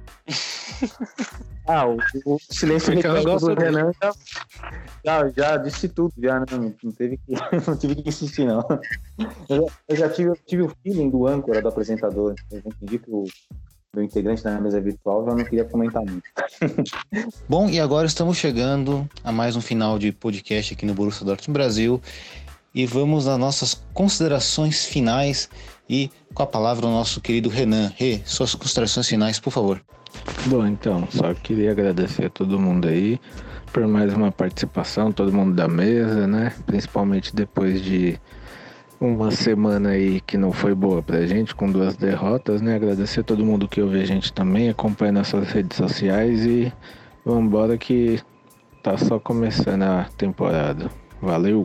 Ah, o, o silêncio do Renan já, já, já disse tudo, já, né? Não, não, teve que, não tive que insistir, não. Eu já, eu já tive, eu tive o feeling do âncora, do apresentador. Eu entendi que o meu integrante da mesa virtual, eu não queria comentar muito. Bom, e agora estamos chegando a mais um final de podcast aqui no Borussia Dortmund Brasil e vamos às nossas considerações finais e com a palavra o nosso querido Renan. Rê, suas considerações finais, por favor. Bom, então, só queria agradecer a todo mundo aí por mais uma participação, todo mundo da mesa, né? Principalmente depois de uma semana aí que não foi boa pra gente, com duas derrotas, né? Agradecer a todo mundo que ouve a gente também, acompanha nossas redes sociais e vambora que tá só começando a temporada. Valeu!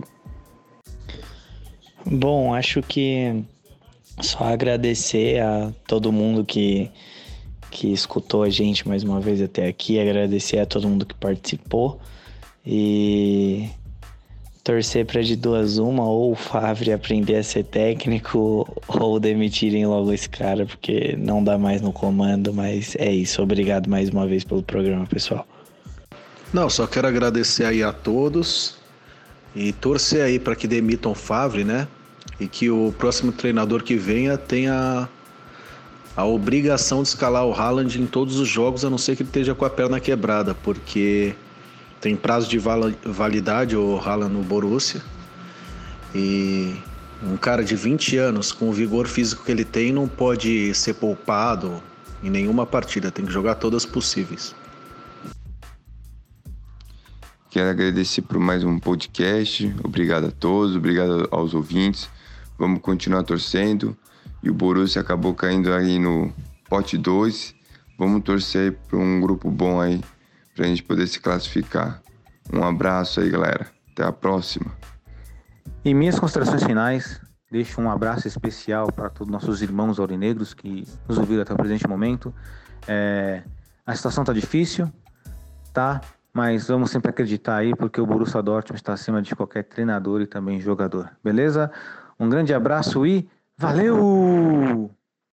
Bom, acho que só agradecer a todo mundo que, que escutou a gente mais uma vez até aqui, agradecer a todo mundo que participou e... torcer para de duas uma, ou o Favre aprender a ser técnico, ou demitirem logo esse cara, porque não dá mais no comando, mas é isso. Obrigado mais uma vez pelo programa, pessoal. Não, só quero agradecer aí a todos e torcer aí para que demitam o Favre, né? E que o próximo treinador que venha tenha a obrigação de escalar o Haaland em todos os jogos, a não ser que ele esteja com a perna quebrada, porque... tem prazo de validade o Haaland no Borussia e um cara de vinte anos com o vigor físico que ele tem não pode ser poupado em nenhuma partida, tem que jogar todas possíveis. Quero agradecer por mais um podcast, obrigado a todos, obrigado aos ouvintes, vamos continuar torcendo e o Borussia acabou caindo aí no pote dois, Vamos torcer aí para um grupo bom aí, para a gente poder se classificar. Um abraço aí, galera. Até a próxima. E minhas considerações finais, deixo um abraço especial para todos os nossos irmãos aurinegros que nos ouviram até o presente momento. É, a situação tá difícil, tá? Mas vamos sempre acreditar aí, porque o Borussia Dortmund está acima de qualquer treinador e também jogador. Beleza? Um grande abraço e valeu!